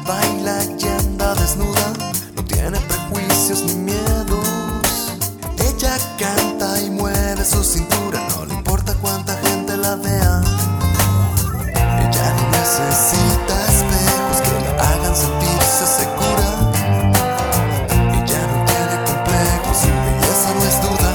baila y anda desnuda, no tiene prejuicios ni miedos. Ella canta y mueve su cintura, no le importa cuánta gente la vea. Ella no necesita espejos que la hagan sentirse segura. Ella no tiene complejos, su belleza no es duda.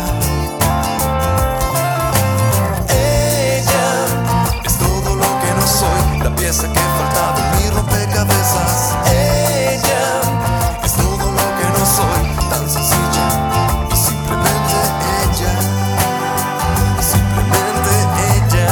Ella es todo lo que no soy, la pieza que faltaba en mi rompecabezas. Ella es todo lo que no soy, tan sencilla y simplemente ella, simplemente ella.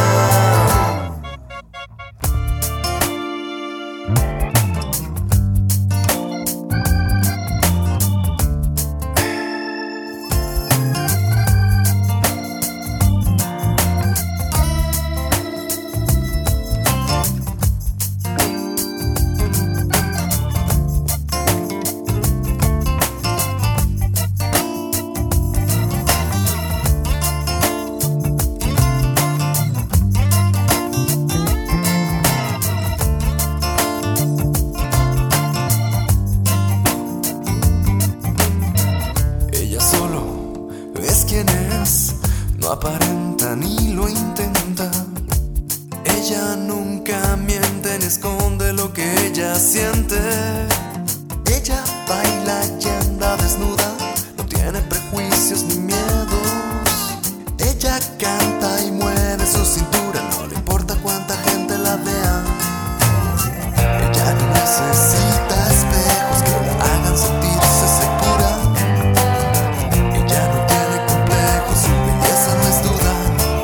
Ella solo es quien es, no aparenta ni lo intenta. Ella nunca miente ni esconde lo que ella siente. Ella baila y anda desnuda, no tiene prejuicios ni miedos. Ella canta y mueve su cintura, no le importa cuánta gente la vea. Ella no necesita espejos que la hagan sentirse segura. Ella no tiene complejos, su belleza no es duda.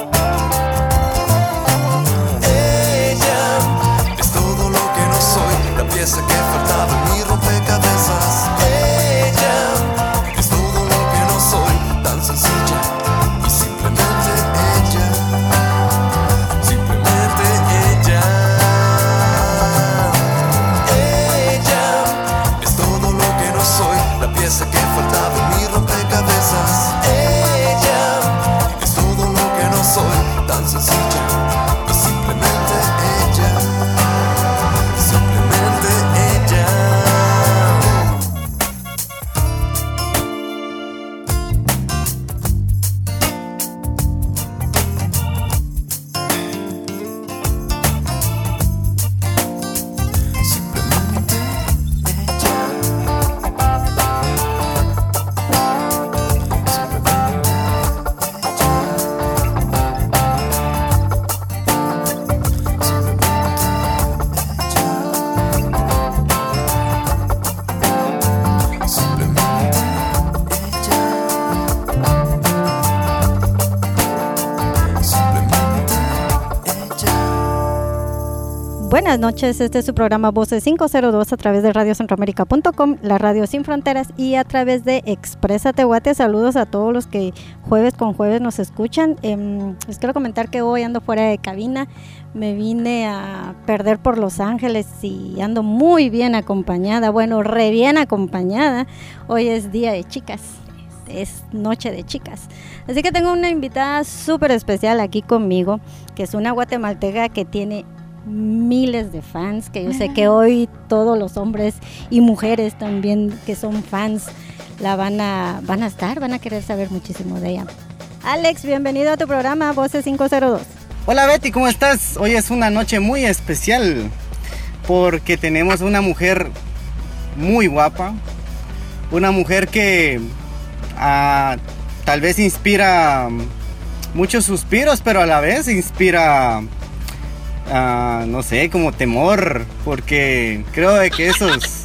Ella es todo lo que no soy, la pieza que faltaba en mi rompecabezas. Ella es todo lo que no soy, tan sencilla y simplemente ella, simplemente ella. Ella es todo lo que no soy, la pieza que faltaba en mi rompecabezas. Ella es todo lo que no soy, tan sencilla y simplemente ella, simplemente ella. Simplemente Buenas noches, este es su programa Voces 502 a través de radiocentroamerica.com, la radio sin fronteras, y a través de Expresa Tehuate. Saludos a todos los que jueves con jueves nos escuchan. Les quiero comentar que hoy ando fuera de cabina, me vine a perder por Los Ángeles y ando muy bien acompañada, bueno, re bien acompañada. Hoy es día de chicas, es noche de chicas, así que tengo una invitada súper especial aquí conmigo, que es una guatemalteca que tiene miles de fans, que yo sé que hoy todos los hombres y mujeres también que son fans van a querer saber muchísimo de ella. Alex, bienvenido a tu programa Voces 502. Hola Betty, ¿cómo estás? Hoy es una noche muy especial porque tenemos una mujer muy guapa, una mujer que tal vez inspira muchos suspiros, pero a la vez inspira no sé, como temor, porque creo de que esos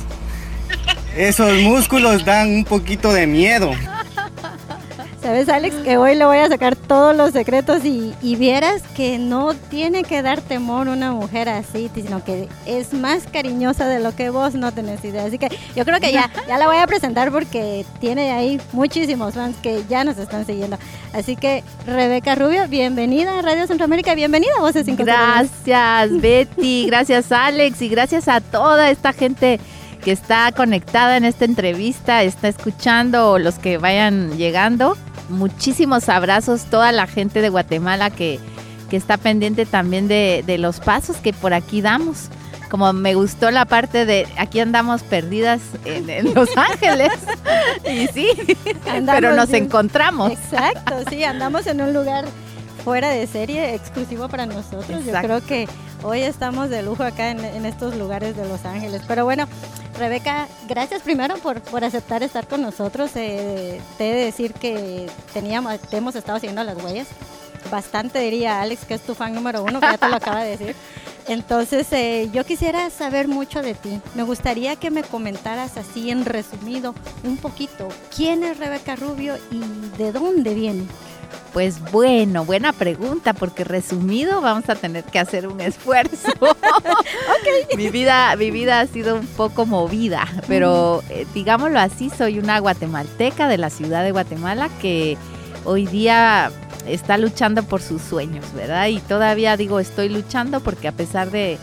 músculos dan un poquito de miedo. ¿Sabes, Alex? Que hoy le voy a sacar todos los secretos y vieras que no tiene que dar temor una mujer así, sino que es más cariñosa de lo que vos no tenés idea. Así que yo creo que ya la voy a presentar porque tiene ahí muchísimos fans que ya nos están siguiendo. Así que Rebeca Rubio, bienvenida a Radio Centroamérica, bienvenida a Voces 502. Gracias, Betty, gracias, Alex, y gracias a toda esta gente que está conectada en esta entrevista, está escuchando, o los que vayan llegando. Muchísimos abrazos, toda la gente de Guatemala que está pendiente también de los pasos que por aquí damos. como me gustó la parte de aquí andamos perdidas en Los Ángeles. Y sí, pero nos encontramos. Exacto, sí, andamos en un lugar fuera de serie, exclusivo para nosotros. Exacto. Yo creo que hoy estamos de lujo acá en estos lugares de Los Ángeles. Pero bueno, Rebeca, gracias primero por aceptar estar con nosotros. Te he de decir que te hemos estado siguiendo las huellas. Bastante, diría Alex, que es tu fan número 1, que ya te lo acaba de decir. Entonces, yo quisiera saber mucho de ti. Me gustaría que me comentaras así en resumido un poquito, ¿quién es Rebeca Rubio y de dónde viene? Pues bueno, buena pregunta, porque resumido vamos a tener que hacer un esfuerzo. Okay. Mi vida ha sido un poco movida, pero digámoslo así, soy una guatemalteca de la ciudad de Guatemala que hoy día está luchando por sus sueños, ¿verdad? Y todavía digo estoy luchando porque a pesar de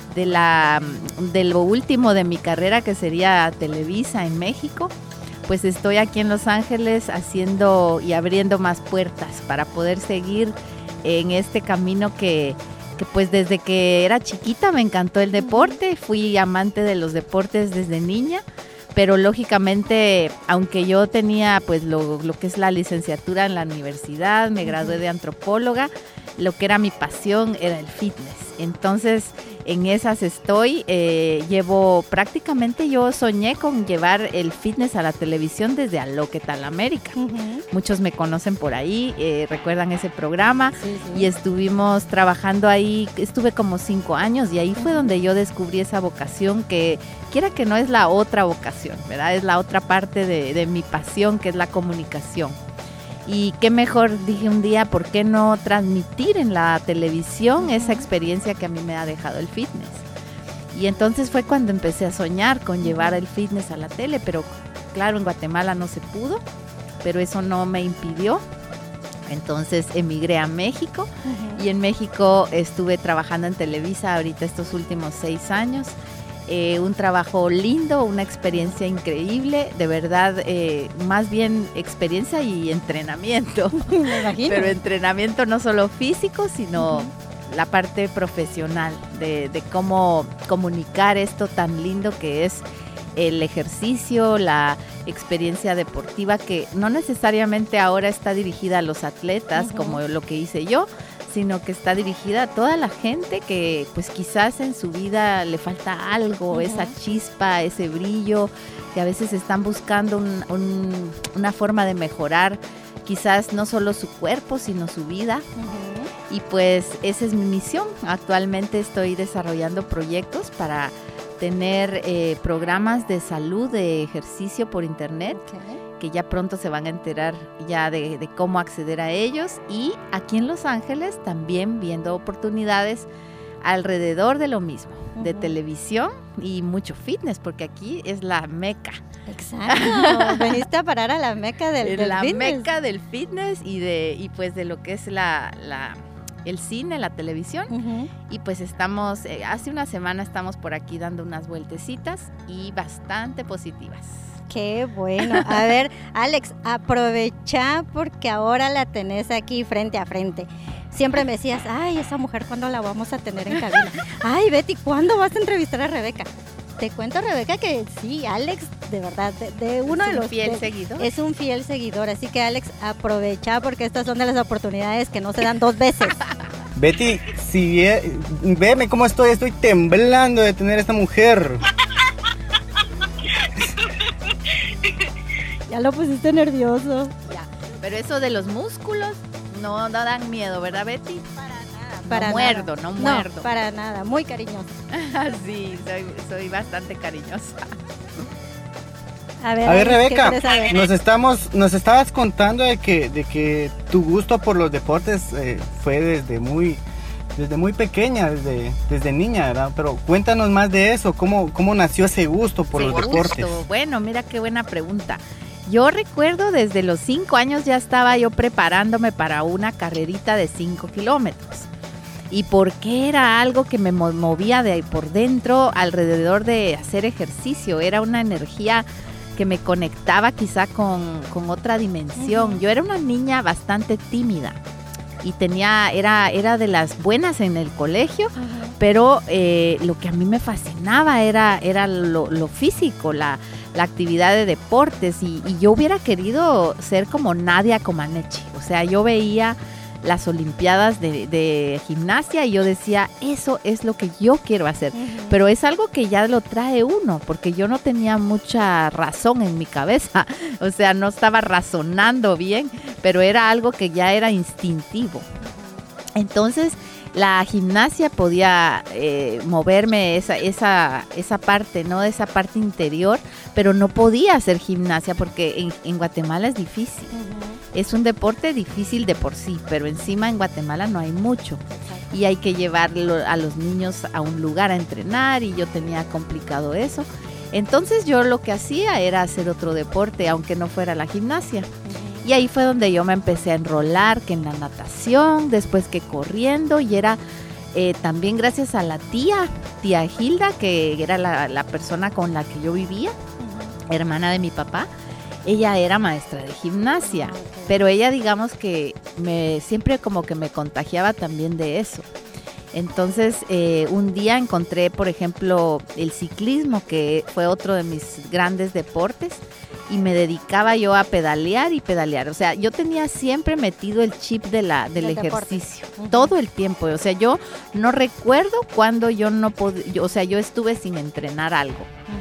lo último de mi carrera, que sería Televisa en México, pues estoy aquí en Los Ángeles haciendo y abriendo más puertas para poder seguir en este camino que pues desde que era chiquita me encantó el deporte, fui amante de los deportes desde niña, pero lógicamente, aunque yo tenía pues lo que es la licenciatura en la universidad, me gradué de antropóloga, lo que era mi pasión era el fitness. Entonces, en esas estoy, yo soñé con llevar el fitness a la televisión desde A Lo Que Tal América. Uh-huh. Muchos me conocen por ahí, recuerdan ese programa, sí. Y estuvimos trabajando ahí, estuve como 5 años y ahí fue donde yo descubrí esa vocación que, quiera que no es la otra vocación, ¿verdad? Es la otra parte de mi pasión, que es la comunicación. Y qué mejor, dije un día, ¿por qué no transmitir en la televisión esa experiencia que a mí me ha dejado el fitness? Y entonces fue cuando empecé a soñar con llevar el fitness a la tele, pero claro, en Guatemala no se pudo, pero eso no me impidió. Entonces emigré a México y en México estuve trabajando en Televisa ahorita estos últimos 6 años. Un trabajo lindo, una experiencia increíble, de verdad, más bien experiencia y entrenamiento. Me imagino. Pero entrenamiento no solo físico, sino la parte profesional de cómo comunicar esto tan lindo que es el ejercicio, la experiencia deportiva, que no necesariamente ahora está dirigida a los atletas como lo que hice yo, sino que está dirigida a toda la gente que pues quizás en su vida le falta algo, esa chispa, ese brillo, que a veces están buscando una forma de mejorar quizás no solo su cuerpo, sino su vida. Y pues esa es mi misión. Actualmente estoy desarrollando proyectos para tener programas de salud, de ejercicio por internet, que ya pronto se van a enterar ya de cómo acceder a ellos, y aquí en Los Ángeles también viendo oportunidades alrededor de lo mismo, de televisión y mucho fitness, porque aquí es la meca. Exacto, veniste a parar a la meca del fitness. La meca del fitness y pues de lo que es el cine, la televisión, y pues estamos, hace una semana estamos por aquí dando unas vueltecitas y bastante positivas. Qué bueno. A ver, Alex, aprovecha porque ahora la tenés aquí frente a frente. Siempre me decías, ay, esa mujer, ¿cuándo la vamos a tener en cabina? Ay, Betty, ¿cuándo vas a entrevistar a Rebeca? Te cuento, Rebeca, que sí, Alex, de verdad, de uno de los... ¿Es un fiel seguidor? Es un fiel seguidor, así que, Alex, aprovecha porque estas son de las oportunidades que no se dan 2 veces. Betty, si veme cómo estoy temblando de tener a esta mujer. Ya lo pusiste nervioso. Ya, pero eso de los músculos no dan miedo, ¿verdad, Betty? Para muerdo. No, para nada, muy cariñosa. Sí, soy bastante cariñosa. A ver, Rebeca, nos estabas contando de que tu gusto por los deportes fue desde muy pequeña, desde niña, ¿verdad? Pero cuéntanos más de eso, ¿cómo nació ese gusto por los deportes? Bueno, mira qué buena pregunta. Yo recuerdo desde los 5 años ya estaba yo preparándome para una carrerita de 5 kilómetros. Y porque era algo que me movía de por dentro alrededor de hacer ejercicio, era una energía que me conectaba quizá con otra dimensión. Yo era una niña bastante tímida, y era de las buenas en el colegio, pero lo que a mí me fascinaba era lo físico, la actividad de deportes, y yo hubiera querido ser como Nadia Comaneci. O sea, yo veía las olimpiadas de gimnasia y yo decía, eso es lo que yo quiero hacer. Pero es algo que ya lo trae uno, porque yo no tenía mucha razón en mi cabeza, o sea, no estaba razonando bien, pero era algo que ya era instintivo. Entonces, la gimnasia podía moverme esa parte, ¿no? Esa parte interior, pero no podía hacer gimnasia porque en Guatemala es difícil. Es un deporte difícil de por sí, pero encima en Guatemala no hay mucho. Y hay que llevarlo a los niños a un lugar a entrenar, y yo tenía complicado eso. Entonces yo lo que hacía era hacer otro deporte, aunque no fuera la gimnasia. Y ahí fue donde yo me empecé a enrolar, que en la natación, después que corriendo, y era también gracias a la tía Hilda, que era la persona con la que yo vivía, hermana de mi papá. Ella era maestra de gimnasia, pero ella, digamos que siempre como que me contagiaba también de eso. Entonces, un día encontré, por ejemplo, el ciclismo, que fue otro de mis grandes deportes, y me dedicaba yo a pedalear y pedalear. O sea, yo tenía siempre metido el chip del ejercicio, todo el tiempo. O sea, yo no recuerdo cuando yo no podía, o sea, yo estuve sin entrenar algo.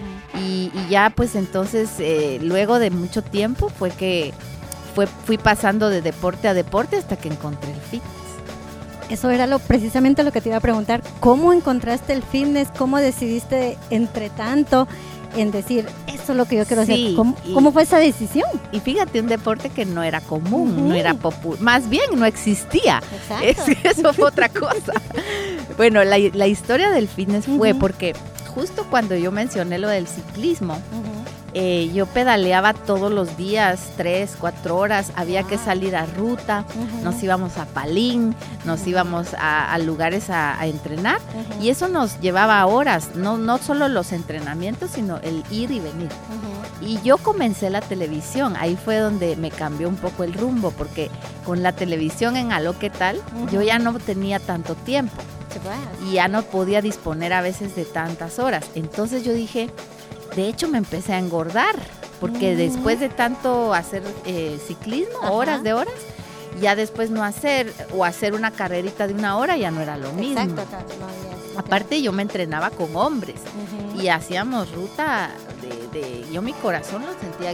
Y ya pues entonces, luego de mucho tiempo fue que fui pasando de deporte a deporte hasta que encontré el fitness. Eso era precisamente lo que te iba a preguntar. ¿Cómo encontraste el fitness? ¿Cómo decidiste entre tanto en decir, eso es lo que yo quiero hacer? ¿Cómo fue esa decisión? Y fíjate, un deporte que no era común, no era popular, más bien no existía. Eso fue otra cosa. Bueno, la historia del fitness fue porque justo cuando yo mencioné lo del ciclismo, yo pedaleaba todos los días, 3, 4 horas, había que salir a ruta, nos íbamos a Palín, nos íbamos a lugares a entrenar, y eso nos llevaba horas, no solo los entrenamientos, sino el ir y venir. Y yo comencé la televisión, ahí fue donde me cambió un poco el rumbo, porque con la televisión en Aló, ¿qué tal? Yo ya no tenía tanto tiempo y ya no podía disponer a veces de tantas horas. Entonces yo dije, de hecho me empecé a engordar, porque después de tanto hacer ciclismo, horas de horas, ya después no hacer, o hacer una carrerita de 1 hora, ya no era lo mismo. Exacto. Aparte yo me entrenaba con hombres y hacíamos ruta yo mi corazón lo sentía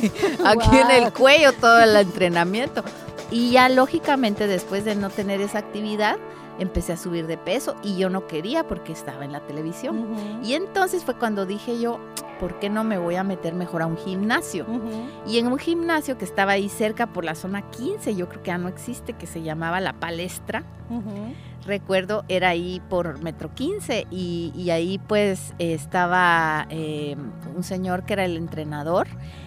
aquí en el cuello, todo el entrenamiento. Y ya lógicamente después de no tener esa actividad, empecé a subir de peso, y yo no quería porque estaba en la televisión. Y entonces fue cuando dije yo, ¿por qué no me voy a meter mejor a un gimnasio? Y en un gimnasio que estaba ahí cerca por la zona 15, yo creo que ya no existe, que se llamaba La Palestra. Recuerdo, era ahí por Metro 15, y ahí pues estaba un señor que era el entrenador,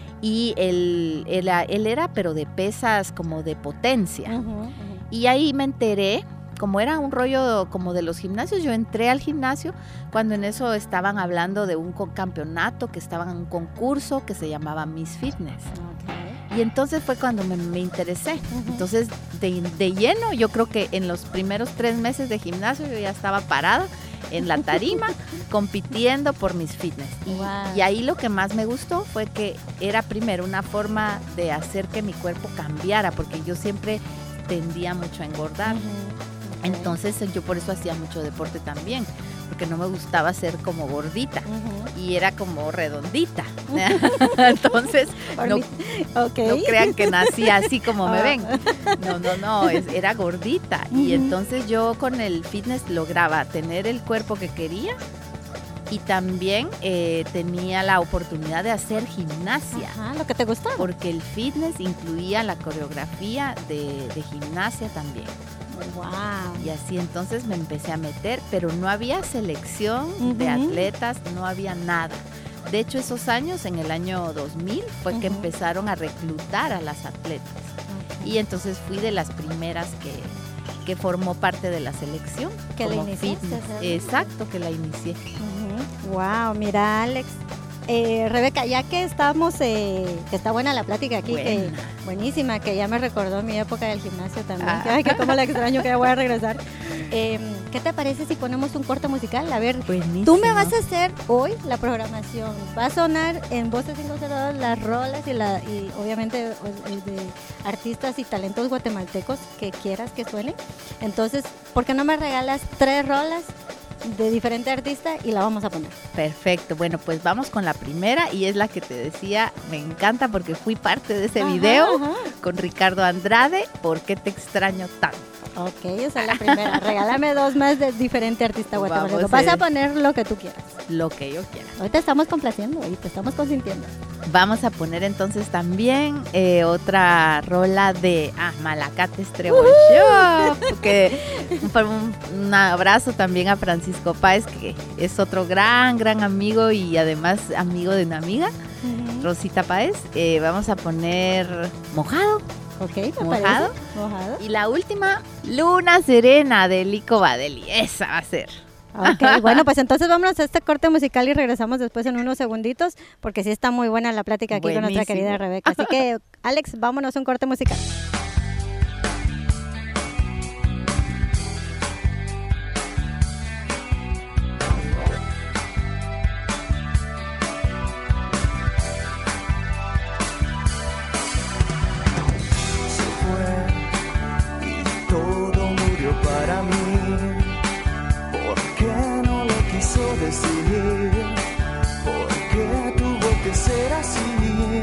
y él era pero de pesas como de potencia. Y ahí me enteré, como era un rollo como de los gimnasios, yo entré al gimnasio cuando en eso estaban hablando de un campeonato, que estaban en un concurso que se llamaba Miss Fitness. Y entonces fue cuando me interesé. Entonces, de lleno, yo creo que en los primeros 3 meses de gimnasio yo ya estaba parada en la tarima compitiendo por Miss Fitness. Y ahí lo que más me gustó fue que era primero una forma de hacer que mi cuerpo cambiara, porque yo siempre tendía mucho a engordar. Entonces yo por eso hacía mucho deporte también, porque no me gustaba ser como gordita y era como redondita. Entonces no crean que nací así como me ven. No, era gordita. Y entonces yo con el fitness lograba tener el cuerpo que quería, y también tenía la oportunidad de hacer gimnasia. Lo que te gustaba. Porque el fitness incluía la coreografía de gimnasia también. Y así entonces me empecé a meter, pero no había selección de atletas, no había nada. De hecho, esos años, en el año 2000, fue que empezaron a reclutar a las atletas. Y entonces fui de las primeras que formó parte de la selección. Que la iniciaste. Exacto, que la inicié. Wow, mira, Alex, Rebeca, ya que estamos, que está buena la plática aquí, que buenísima, que ya me recordó mi época del gimnasio también. Ay, que cómo la extraño, que ya voy a regresar. ¿Qué te parece si ponemos un corte musical? A ver, buenísimo. Tú me vas a hacer hoy la programación. Va a sonar en Voces 502 las rolas y obviamente de artistas y talentos guatemaltecos que quieras que suene. Entonces, ¿por qué no me regalas 3 rolas de diferente artista y la vamos a poner? Perfecto, bueno, pues vamos con la primera y es la que te decía, me encanta porque fui parte de ese video con Ricardo Andrade, ¿Por qué te extraño tanto? Ok, esa es la primera. Regálame 2 más de diferente artista guatemalteco. Vas a poner lo que tú quieras. Lo que yo quiera. Hoy te estamos complaciendo y te estamos consintiendo. Vamos a poner entonces también otra rola de Malacates Trebollo. Un abrazo también a Francisco Páez, que es otro gran amigo y además amigo de una amiga, Rosita Páez. Vamos a poner Mojado. Ok, me Mojado. parece. Mojado. Y la última, Luna Serena de Lico Badeli. Esa va a ser. Ok, bueno, pues entonces vámonos a este corte musical y regresamos después en unos segunditos, porque sí está muy buena la plática aquí con nuestra querida Rebeca. Así que, Alex, vámonos a un corte musical. Para mí, ¿por qué no lo quiso decir? ¿Por qué tuvo que ser así?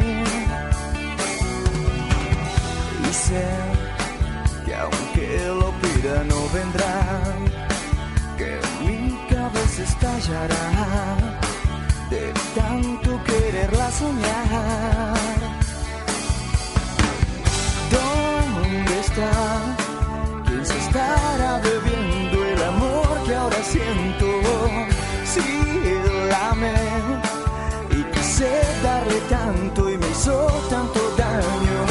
Y sé que aunque lo pida no vendrá, que mi cabeza estallará de tanto quererla soñar. ¿Dónde está? ¿Quién se estará bebiendo el amor que ahora siento? Si la amé y quise darle tanto y me hizo tanto daño.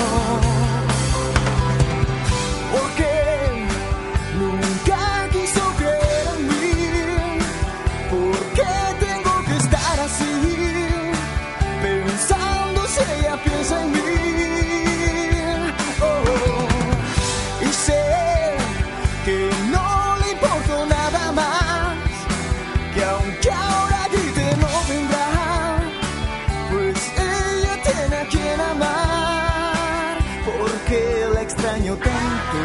Porque nunca quiso creer en mí. ¿Por qué tengo que estar así? Pensando si ella piensa en mí. Y sé que no le importo nada más, que aunque ahora grite no vendrá, pues ella tiene a quien amar, porque la extraño tanto.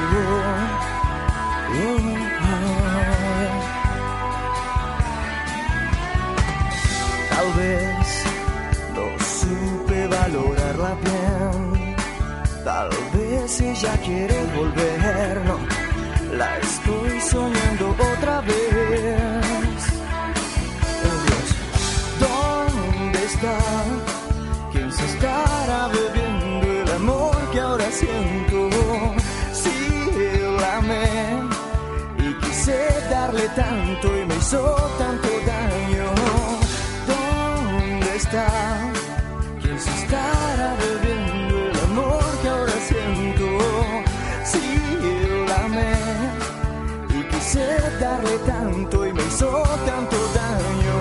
Tal vez no supe valorarla bien, tal vez ella quiere volver, no, la estoy soñando otra vez. Oh Dios, ¿dónde está? ¿Quién se estará bebiendo el amor que ahora siento? Si la amé y quise darle tanto y me hizo tanto daño. ¿Dónde está? ¿Quién se estará bebiendo el amor que ahora siento? Si la amé y quise darle tanto y me hizo tanto daño.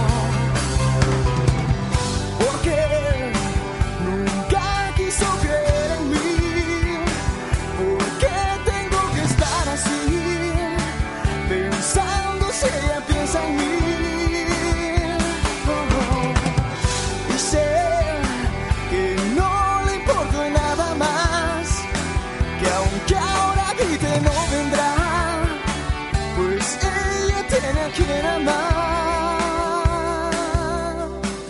Porque nunca quiso creer en mí. ¿Por qué tengo que estar así? Pensando si ella piensa en mí. Y sé que no le importo nada más, que aunque ahora grite no vendrá, pues ella tiene a quien amar.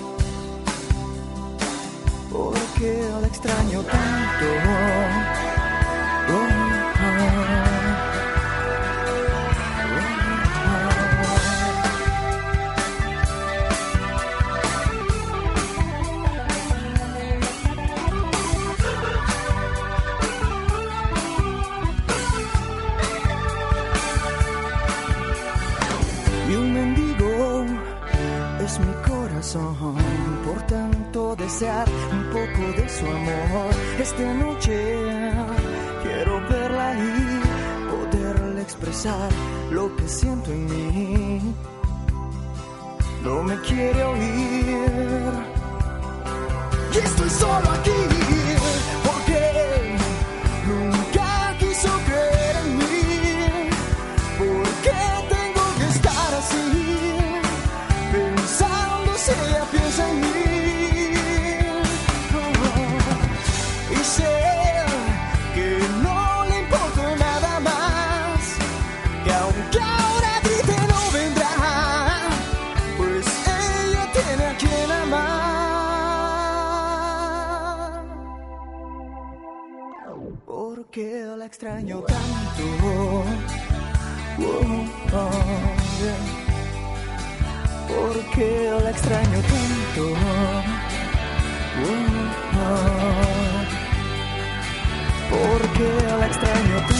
Porque la extraño tanto. Y un mendigo es mi corazón, por tanto desear un poco de su amor. Esta noche quiero verla y poderle expresar lo que siento en mí. No me quiere oír, quien amar. Porque la extraño tanto. Yeah. Porque la extraño tanto. Porque la extraño tanto.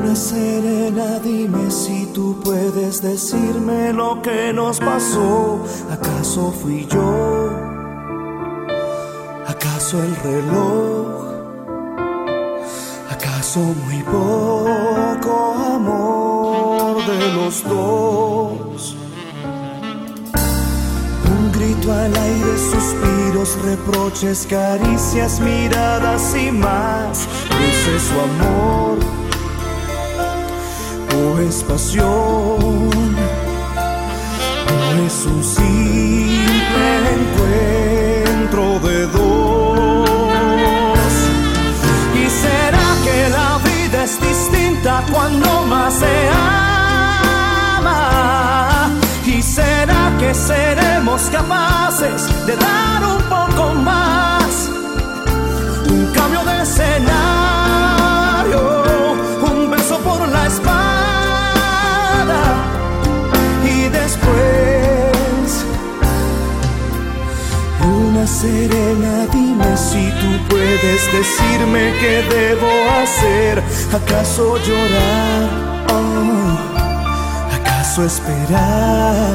Luna serena, dime si tú puedes decirme lo que nos pasó. ¿Acaso fui yo? ¿Acaso el reloj? ¿Acaso muy poco amor de los dos? Un grito al aire, suspiros, reproches, caricias, miradas y más. ¿Es eso amor? ¿O es pasión? ¿O es un simple encuentro de dos? ¿Y será que la vida es distinta cuando más se ama? ¿Y será que seremos capaces de dar un poco más? Un cambio de escenario, un beso por la espalda. Y después, luna serena, dime si tú puedes decirme qué debo hacer. ¿Acaso llorar? Oh, ¿acaso esperar?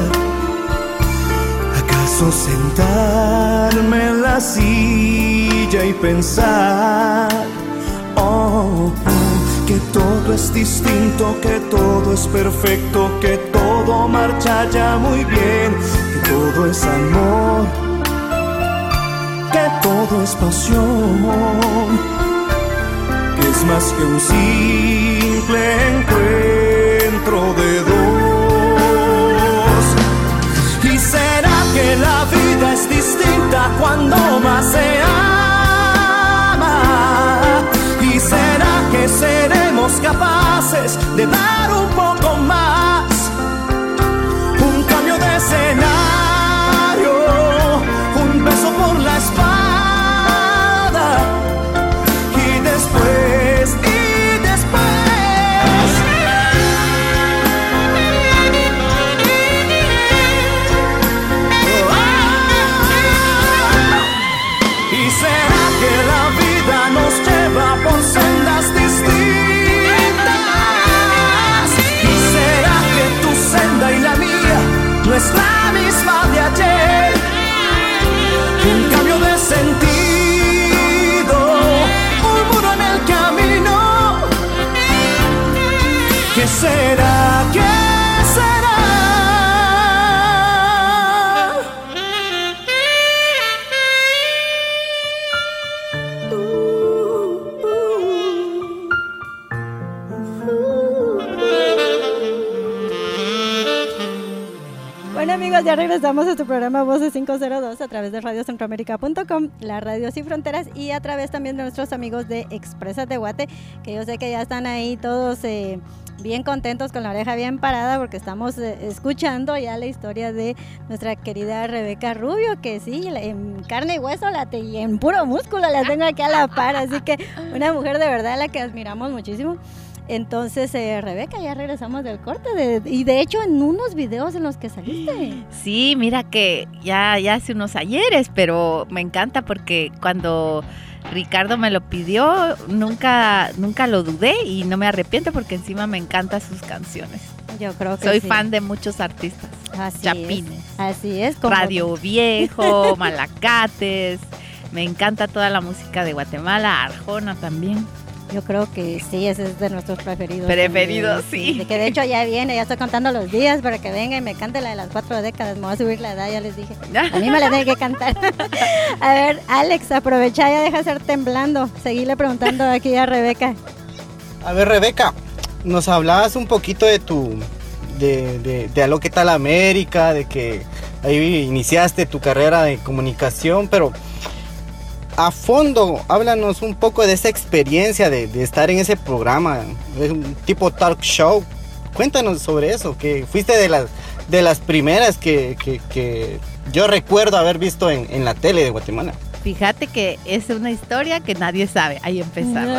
¿Acaso sentarme en la silla y pensar? Oh, que todo es distinto, que todo es perfecto, que todo marcha ya muy bien, que todo es amor, que todo es pasión, que es más que un simple encuentro de dos. ¿Y será que la vida es distinta cuando más se ama? ¿Y será que seremos capaces de dar un poco más? Un cambio de escenario, un beso por la espalda. Y después, ¿y será que la vida nos lleva por sendas distintas? ¿Y será que tu senda y la mía no es la misma de ayer? Un cambio de sentido, un muro en el camino. ¿Qué será? ¿Qué será? Bueno, amigos, ya regresamos a tu programa Voces 502 a través de radiocentroamerica.com, la radio sin fronteras, y a través también de nuestros amigos de Exprésate Guate, que yo sé que ya están ahí todos bien contentos, con la oreja bien parada, porque estamos escuchando ya la historia de nuestra querida Rebeca Rubio, que sí, en carne y hueso y en puro músculo la tengo aquí a la par, así que una mujer de verdad a la que admiramos muchísimo. Entonces, Rebeca, ya regresamos del corte y de hecho en unos videos en los que saliste. Sí, mira que ya hace unos ayeres, pero me encanta porque cuando Ricardo me lo pidió, nunca lo dudé y no me arrepiento porque encima me encantan sus canciones. Yo creo que soy sí. fan de muchos artistas. Chapines. Así es. Radio Viejo, Malacates. Me encanta toda la música de Guatemala, Arjona también. Yo creo que sí, ese es de nuestros preferidos. Preferidos, sí. De que de hecho ya viene, ya estoy contando los días para que venga y me cante la de las 4 décadas. Me voy a subir la edad, ya les dije. A mí me la tiene que cantar. A ver, Alex, aprovecha, ya deja de estar temblando. Seguirle preguntando aquí a Rebeca. A ver, Rebeca, nos hablabas un poquito de de Aló, ¿qué tal América? De que ahí iniciaste tu carrera de comunicación, pero a fondo, háblanos un poco de esa experiencia de estar en ese programa, un tipo talk show. Cuéntanos sobre eso, que fuiste de las primeras que yo recuerdo haber visto en la tele de Guatemala. Fíjate que es una historia que nadie sabe. Ahí empezamos.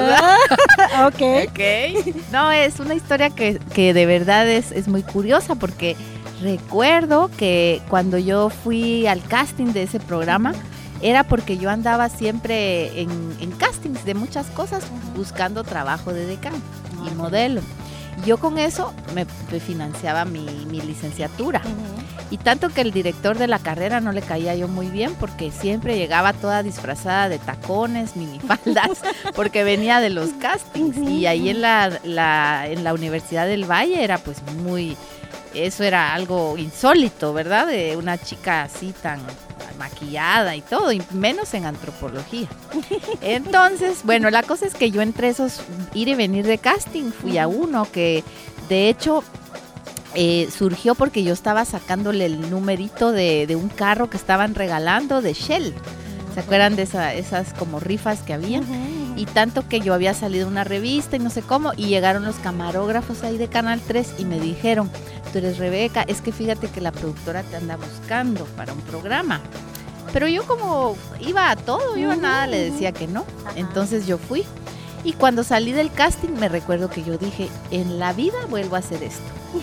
Ok. No, es una historia que de verdad es muy curiosa porque recuerdo que cuando yo fui al casting de ese programa era porque yo andaba siempre en castings de muchas cosas buscando trabajo de decán y modelo. Yo con eso me financiaba mi licenciatura. Y tanto que el director de la carrera no le caía yo muy bien porque siempre llegaba toda disfrazada de tacones, minifaldas, porque venía de los castings. Y ahí en la Universidad del Valle era pues muy... Eso era algo insólito, ¿verdad? De una chica así tan maquillada y todo, y menos en antropología. Entonces, bueno, la cosa es que yo entre esos ir y venir de casting fui a uno que de hecho surgió porque yo estaba sacándole el numerito de un carro que estaban regalando de Shell. ¿Se acuerdan de esas como rifas que había? Y tanto que yo había salido una revista y no sé cómo, y llegaron los camarógrafos ahí de Canal 3 y me dijeron, tú eres Rebeca, es que fíjate que la productora te anda buscando para un programa. Pero yo como iba a todo, yo a nada le decía que no. Entonces yo fui. Y cuando salí del casting me recuerdo que yo dije, en la vida vuelvo a hacer esto.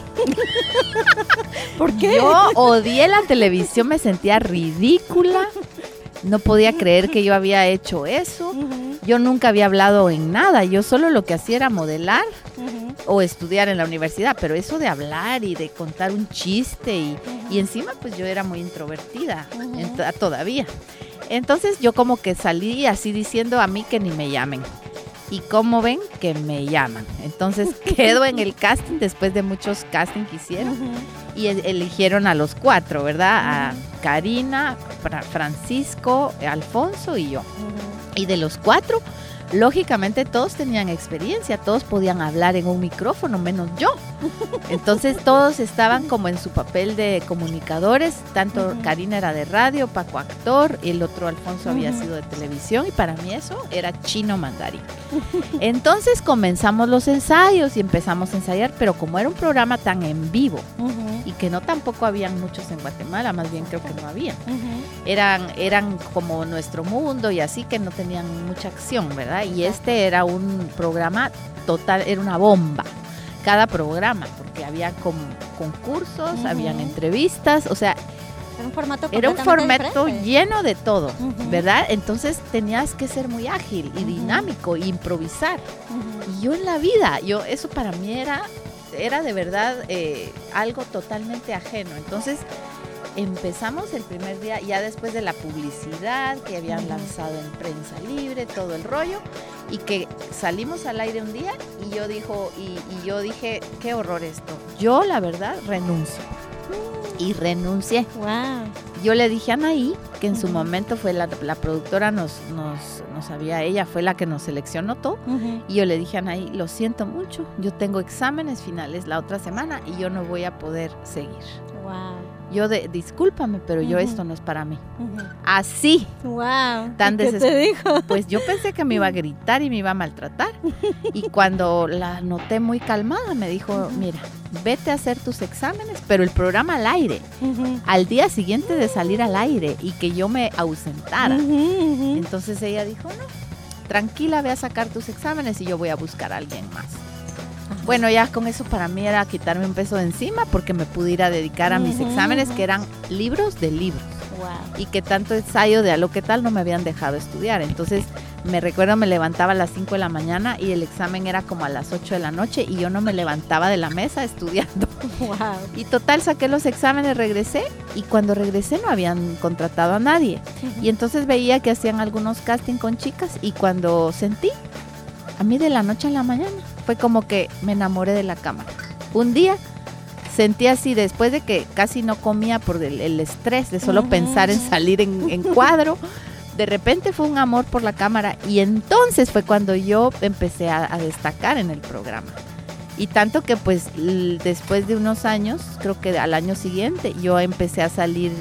¿Por qué? Yo odié la televisión, me sentía ridícula. No podía creer que yo había hecho eso. Yo nunca había hablado en nada. Yo solo lo que hacía era modelar o estudiar en la universidad. Pero eso de hablar y de contar un chiste y encima pues yo era muy introvertida todavía. Entonces yo como que salí así diciendo a mí que ni me llamen. Y como ven que me llaman. Entonces quedo en el casting después de muchos castings que hicieron. Y eligieron a los 4, ¿verdad? A Karina, Francisco, Alfonso y yo. Y de los 4, lógicamente todos tenían experiencia, todos podían hablar en un micrófono, menos yo. Entonces todos estaban como en su papel de comunicadores, tanto Karina era de radio, Paco actor, y el otro Alfonso había sido de televisión, y para mí eso era chino mandarín. Entonces comenzamos los ensayos y empezamos a ensayar, pero como era un programa tan en vivo, y que no tampoco habían muchos en Guatemala, más bien creo que no había. Eran como Nuestro Mundo y así, que no tenían mucha acción, ¿verdad? Y este era un programa total, era una bomba. Cada programa, porque había como concursos, habían entrevistas, o sea, era un formato lleno de todo, ¿verdad? Entonces tenías que ser muy ágil y dinámico e improvisar. Y yo en la vida, eso para mí era de verdad algo totalmente ajeno. Entonces empezamos el primer día, ya después de la publicidad que habían lanzado en Prensa Libre, todo el rollo, y que salimos al aire un día y yo dije, qué horror esto. Yo la verdad renuncio. Y renuncié. Wow. Yo le dije a Anaí, que en su momento fue la productora, ella fue la que nos seleccionó todo, y yo le dije a Anaí, lo siento mucho, yo tengo exámenes finales la otra semana y yo no voy a poder seguir. Wow. Yo discúlpame, pero yo esto no es para mí. Así. Wow. Tan ¿Qué te dijo? Pues yo pensé que me iba a gritar y me iba a maltratar. Y cuando la noté muy calmada, me dijo, mira, vete a hacer tus exámenes, pero el programa al aire. Al día siguiente de salir al aire y que yo me ausentara. Entonces ella dijo, no, tranquila, ve a sacar tus exámenes y yo voy a buscar a alguien más. Bueno, ya con eso para mí era quitarme un peso de encima porque me pudiera dedicar a mis exámenes, que eran libros de libros. Wow. Y que tanto ensayo de a lo que tal no me habían dejado estudiar. Entonces me recuerdo, me levantaba a las 5 de la mañana y el examen era como a las 8 de la noche y yo no me levantaba de la mesa estudiando. Wow. Y total, saqué los exámenes, regresé, y cuando regresé no habían contratado a nadie. Y entonces veía que hacían algunos casting con chicas, y cuando sentí, a mí de la noche a la mañana, fue como que me enamoré de la cámara. Un día sentí así, después de que casi no comía por el estrés de solo pensar en salir en cuadro, de repente fue un amor por la cámara, y entonces fue cuando yo empecé a destacar en el programa. Y tanto que pues después de unos años, creo que al año siguiente, yo empecé a salir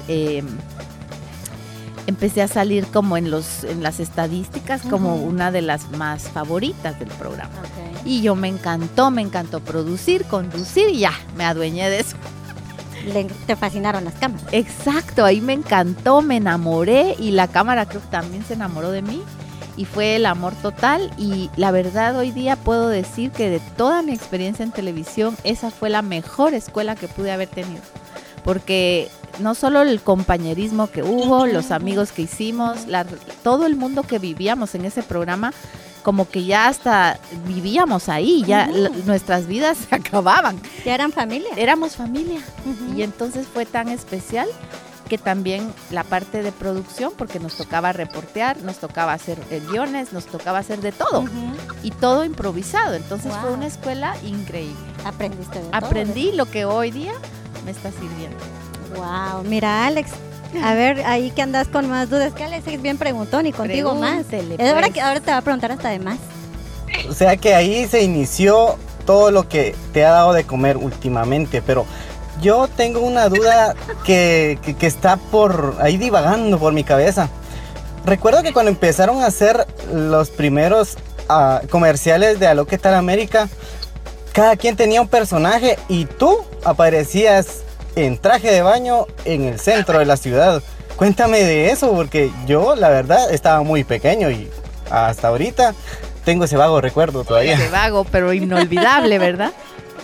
como en las estadísticas como una de las más favoritas del programa. Okay. Y yo me encantó producir, conducir, y ya, me adueñé de eso. Te fascinaron las cámaras. Exacto, ahí me encantó, me enamoré, y la cámara creo que también se enamoró de mí, y fue el amor total. Y la verdad, hoy día puedo decir que de toda mi experiencia en televisión, esa fue la mejor escuela que pude haber tenido, porque no solo el compañerismo que hubo, los amigos que hicimos, todo el mundo que vivíamos en ese programa, como que ya hasta vivíamos ahí, ya nuestras vidas se acababan. Ya eran familia. Éramos familia. Y entonces fue tan especial que también la parte de producción, porque nos tocaba reportear, nos tocaba hacer guiones, nos tocaba hacer de todo. Y todo improvisado. Entonces fue una escuela increíble. Aprendiste de todo. Aprendí lo que hoy día me está sirviendo. Wow, mira, Alex, a ver, ahí que andas con más dudas, que Alex es bien preguntón y contigo Pregúntele, más. Es ahora pues. que ahora te va a preguntar hasta de más. O sea que ahí se inició todo lo que te ha dado de comer últimamente, pero yo tengo una duda que está por ahí divagando por mi cabeza. Recuerdo que cuando empezaron a hacer los primeros comerciales de Aló, ¿qué tal América? Cada quien tenía un personaje y tú aparecías en traje de baño en el centro de la ciudad. Cuéntame de eso, porque yo la verdad estaba muy pequeño y hasta ahorita tengo ese vago recuerdo todavía. Ese vago, pero inolvidable, ¿verdad?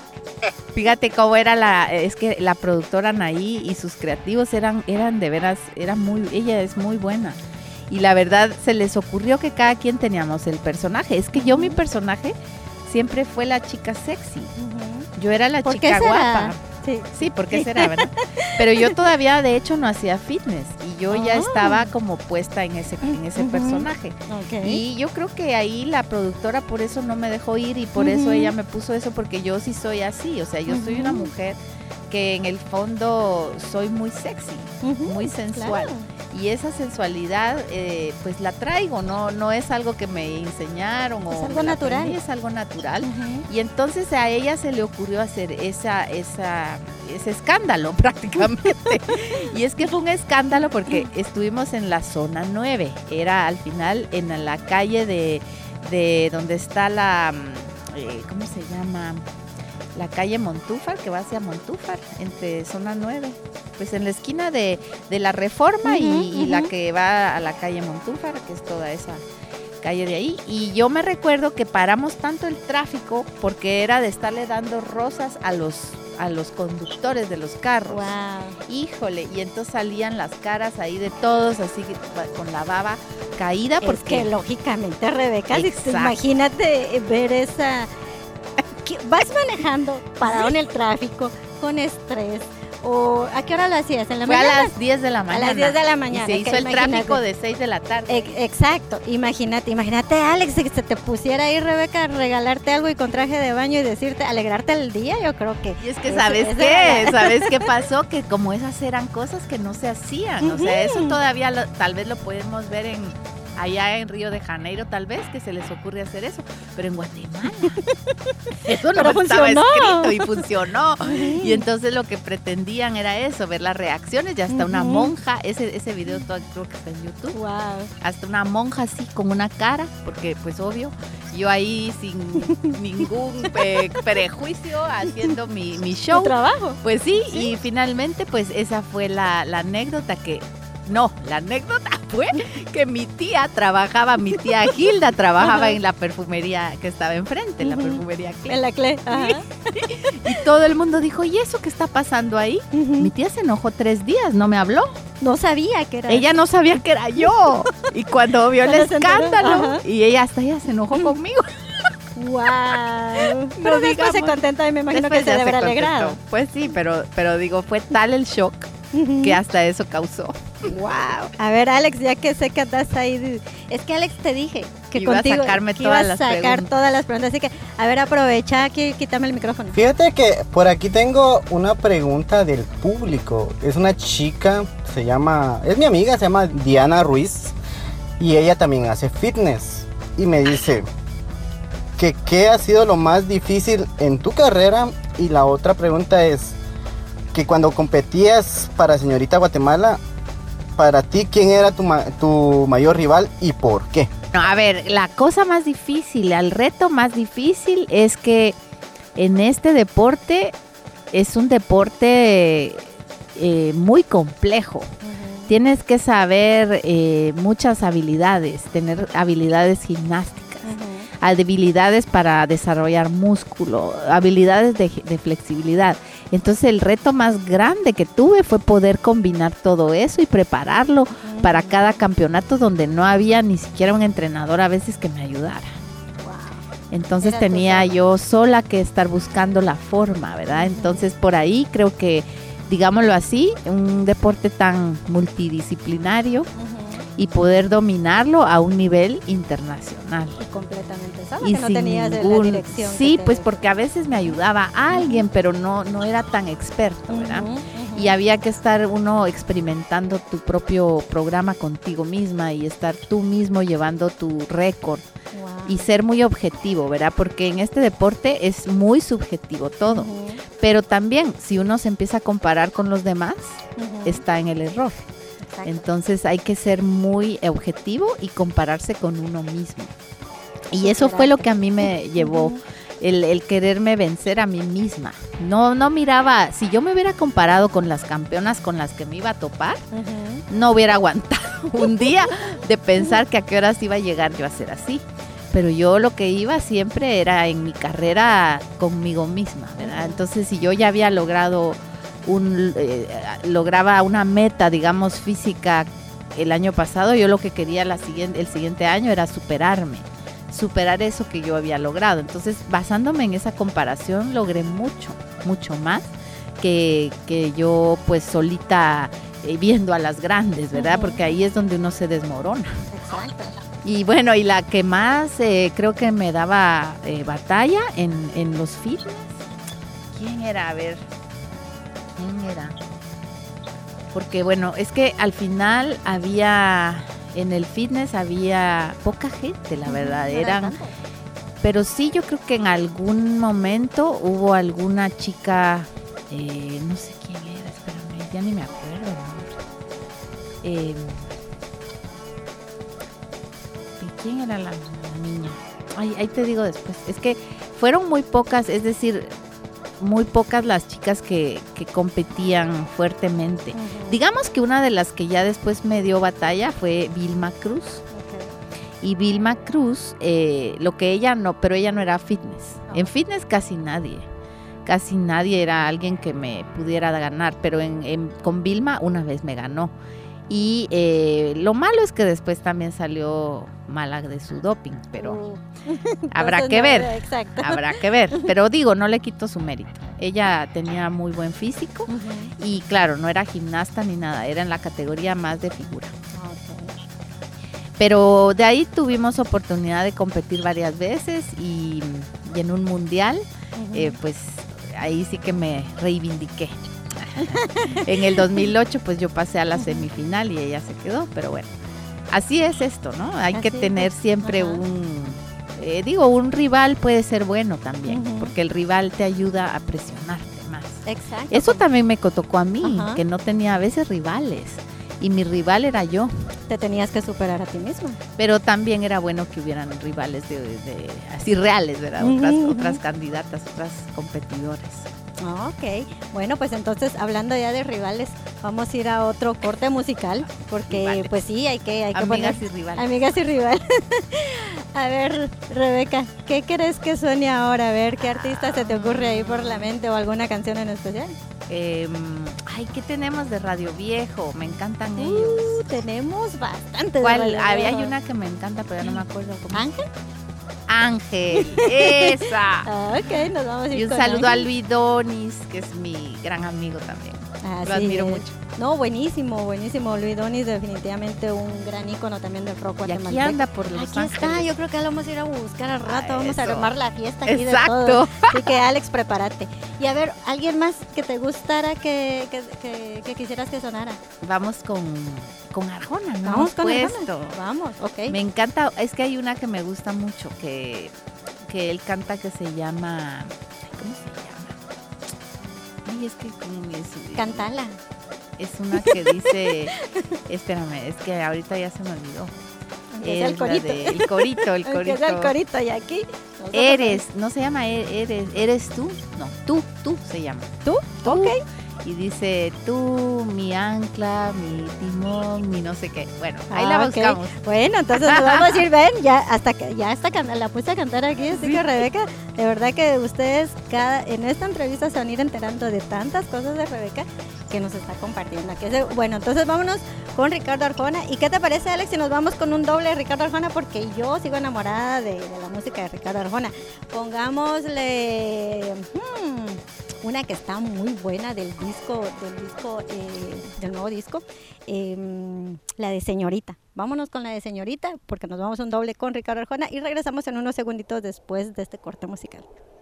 Fíjate cómo era es que la productora Anaí y sus creativos eran de veras, ella es muy buena. Y la verdad se les ocurrió que cada quien teníamos el personaje. Es que yo mi personaje siempre fue la chica sexy. Yo era la chica guapa. Sí, ¿por qué será, verdad? Pero yo todavía, de hecho, no hacía fitness y yo ya estaba como puesta en ese personaje. Y yo creo que ahí la productora por eso no me dejó ir y por eso ella me puso eso, porque yo sí soy así. O sea, yo soy una mujer que en el fondo soy muy sexy, muy sensual. Claro. Y esa sensualidad, pues la traigo, no es algo que me enseñaron. Es algo natural. Aprendí, es algo natural. Y entonces a ella se le ocurrió hacer ese escándalo prácticamente. Y es que fue un escándalo porque estuvimos en la zona 9. Era al final en la calle de donde está la, ¿cómo se llama? La calle Montúfar, que va hacia Montúfar, entre zona 9, pues en la esquina de la Reforma y la que va a la calle Montúfar, que es toda esa calle de ahí. Y yo me recuerdo que paramos tanto el tráfico porque era de estarle dando rosas a los conductores de los carros. Wow. Híjole, y entonces salían las caras ahí de todos, así con la baba caída. Porque es que lógicamente, Rebeca, imagínate ver esa... Vas manejando, parado en el tráfico, con estrés. ¿O a qué hora lo hacías? ¿En la mañana? Fue a las 10 de la mañana. A las 10 de la mañana. Y se hizo el tráfico de 6 de la tarde. Exacto. Imagínate, Alex, que se te pusiera ahí, Rebeca, a regalarte algo y con traje de baño y decirte, alegrarte el día, yo creo que... Y es que, ¿sabes qué? ¿Sabes qué pasó? Que como esas eran cosas que no se hacían. O sea, eso todavía tal vez lo podemos ver allá en Río de Janeiro, tal vez, que se les ocurre hacer eso, pero en Guatemala eso no estaba escrito y funcionó. Y entonces lo que pretendían era eso, ver las reacciones, y hasta una monja, ese video todo, creo que está en YouTube. Wow. Hasta una monja así con una cara, porque pues obvio, yo ahí sin ningún prejuicio haciendo mi show. ¿Tu trabajo? Pues sí, y finalmente pues esa fue la anécdota que... No, la anécdota fue que mi tía Gilda trabajaba en la perfumería que estaba enfrente, en la perfumería Cle. En la Cle. Y todo el mundo dijo, ¿y eso qué está pasando ahí? Mi tía se enojó 3 días, no me habló. No sabía que era. Ella no sabía que era yo. Y cuando vio el escándalo, y ella se enojó conmigo. Wow. Pero después se contenta y me imagino que se debe haber alegrado. Pues sí, pero digo, fue tal el shock que hasta eso causó. Wow. A ver, Alex, ya que sé que andas ahí, es que Alex te dije que iba contigo a sacarme que todas ibas a las sacar preguntas. todas las preguntas, así que a ver, aprovecha aquí, quítame el micrófono. Fíjate que por aquí tengo una pregunta del público. Es una chica, es mi amiga, se llama Diana Ruiz, y ella también hace fitness. Y me dice que qué ha sido lo más difícil en tu carrera, y la otra pregunta es que cuando competías para Señorita Guatemala, para ti, ¿quién era tu mayor rival y por qué? No, a ver, la cosa más difícil, el reto más difícil es que en este deporte es un deporte muy complejo. Tienes que saber muchas habilidades, tener habilidades gimnásticas, habilidades para desarrollar músculo, habilidades de flexibilidad. Entonces el reto más grande que tuve fue poder combinar todo eso y prepararlo para cada campeonato donde no había ni siquiera un entrenador a veces que me ayudara. Entonces Era tu tenía forma. yo sola que estar buscando la forma, ¿verdad? Entonces por ahí creo que, digámoslo así, un deporte tan multidisciplinario y poder dominarlo a un nivel internacional. Y completamente sola, Y que no sin tenías la ningún- dirección. Sí, que te- pues porque a veces me ayudaba alguien, pero no era tan experto, ¿verdad? Ujú, ujú. Y había que estar uno experimentando tu propio programa contigo misma y estar tú mismo llevando tu récord Wow. y ser muy objetivo, ¿verdad? Porque en este deporte es muy subjetivo todo, Ujú, pero también si uno se empieza a comparar con los demás, ujú. está en el error. Exacto. Entonces hay que ser muy objetivo y compararse con uno mismo. Y eso fue lo que a mí me llevó, Ujú. el quererme vencer a mí misma. No miraba, si yo me hubiera comparado con las campeonas con las que me iba a topar, Ujú. no hubiera aguantado un día de pensar que a qué horas iba a llegar yo a ser así. Pero yo lo que iba siempre era en mi carrera conmigo misma, ¿verdad? Entonces si yo ya había logrado lograba una meta, digamos, física el año pasado, yo lo que quería el siguiente año era superar eso que yo había logrado. Entonces, basándome en esa comparación, logré mucho más que yo pues solita viendo a las grandes, ¿verdad? Ujú. Porque ahí es donde uno se desmorona. Exacto. Y bueno, y la que más creo que me daba batalla en los fitness, ¿quién era? A ver, ¿quién era? Porque bueno, es que al final en el fitness había poca gente, la verdad, No era eran, tanto. pero sí yo creo que en algún momento hubo alguna chica, no sé quién era, espérame, ya ni me acuerdo el nombre. ¿Quién era la niña? Ay, ahí te digo después. Es que fueron muy pocas, es decir, muy pocas las chicas que competían fuertemente. Ujú. Digamos que una de las que ya después me dio batalla fue Vilma Cruz. Ok. Y Vilma Cruz, lo que ella no, pero ella no era fitness. Oh. En fitness casi nadie era alguien que me pudiera ganar, pero con Vilma una vez me ganó. Y lo malo es que después también salió mala de su doping, pero habrá Entonces, que no, ver. Exacto. Habrá que ver, pero digo, no le quito su mérito. Ella tenía muy buen físico Ujú. y claro, no era gimnasta ni nada, era en la categoría más de figura. Ok. Pero de ahí tuvimos oportunidad de competir varias veces y en un mundial, Ujú. pues ahí sí que me reivindiqué. En el 2008 pues yo pasé a la semifinal y ella se quedó, pero bueno, así es esto, ¿no? Hay que Así tener es. siempre Ajá. un rival puede ser bueno también, Ujú. porque el rival te ayuda a presionarte más. Exacto. Eso también me tocó a mí, Ajá. que no tenía a veces rivales y mi rival era yo, Te tenías que superar a ti mismo. pero también era bueno que hubieran rivales de así reales, ¿verdad? Ujú, ujú. Otras candidatas, otras competidores. Ok, bueno, pues entonces hablando ya de rivales, vamos a ir a otro corte musical, porque Rivales. pues sí, hay que Amigas poner y rivales. amigas y rivales. A ver, Rebeca, ¿qué crees que suene ahora? A ver, ¿qué artista se te ocurre ahí por la mente o alguna canción en especial? Ay, ¿qué tenemos de Radio Viejo? Me encantan ellos. Tenemos bastante. ¿Cuál? Hay una que me encanta, pero ya no me acuerdo cómo. ¿Ángel? Ángel, esa. Ah, ok, nos vamos a ir Y un con saludo a Ángel. Luis Donis, que es mi gran amigo también. Lo Así admiro es. mucho. No, buenísimo, buenísimo. Luis Donis, definitivamente un gran ícono también del rock Y guatemalteco. aquí anda por Los Aquí Ángeles. está, yo creo que lo vamos a ir a buscar al rato, vamos a eso. armar la fiesta aquí de Exacto. todo. Así que Alex, prepárate. Y a ver, ¿alguien más que te gustara que quisieras que sonara? Vamos con Arjona, ¿no? Vamos con Puesto. Arjona. Vamos, ok. Me encanta, es que hay una que me gusta mucho, que él canta que se llama, ¿cómo se llama? Ay, es que Cántala. es una que dice, espérame, es que ahorita ya se me olvidó. Empieza el Es la corito. de- el corito, el corito. Empieza el corito y aquí. nosotros- No se llama eres tú, no, tú se llama. ¿Tú? Ok. Y dice, tú, mi ancla, mi timón, mi no sé qué. Bueno, ahí la ok. buscamos. Bueno, entonces nos vamos a ir, ven, ya la puse a cantar aquí, así que Rebeca, de verdad que ustedes en esta entrevista se van a ir enterando de tantas cosas de Rebeca que nos está compartiendo. Bueno, entonces vámonos con Ricardo Arjona. ¿Y qué te parece, Alex, si nos vamos con un doble de Ricardo Arjona? Porque yo sigo enamorada de la música de Ricardo Arjona. Pongámosle una que está muy buena del nuevo disco, la de Señorita. Vámonos con la de Señorita, porque nos vamos un doble con Ricardo Arjona y regresamos en unos segunditos después de este corte musical.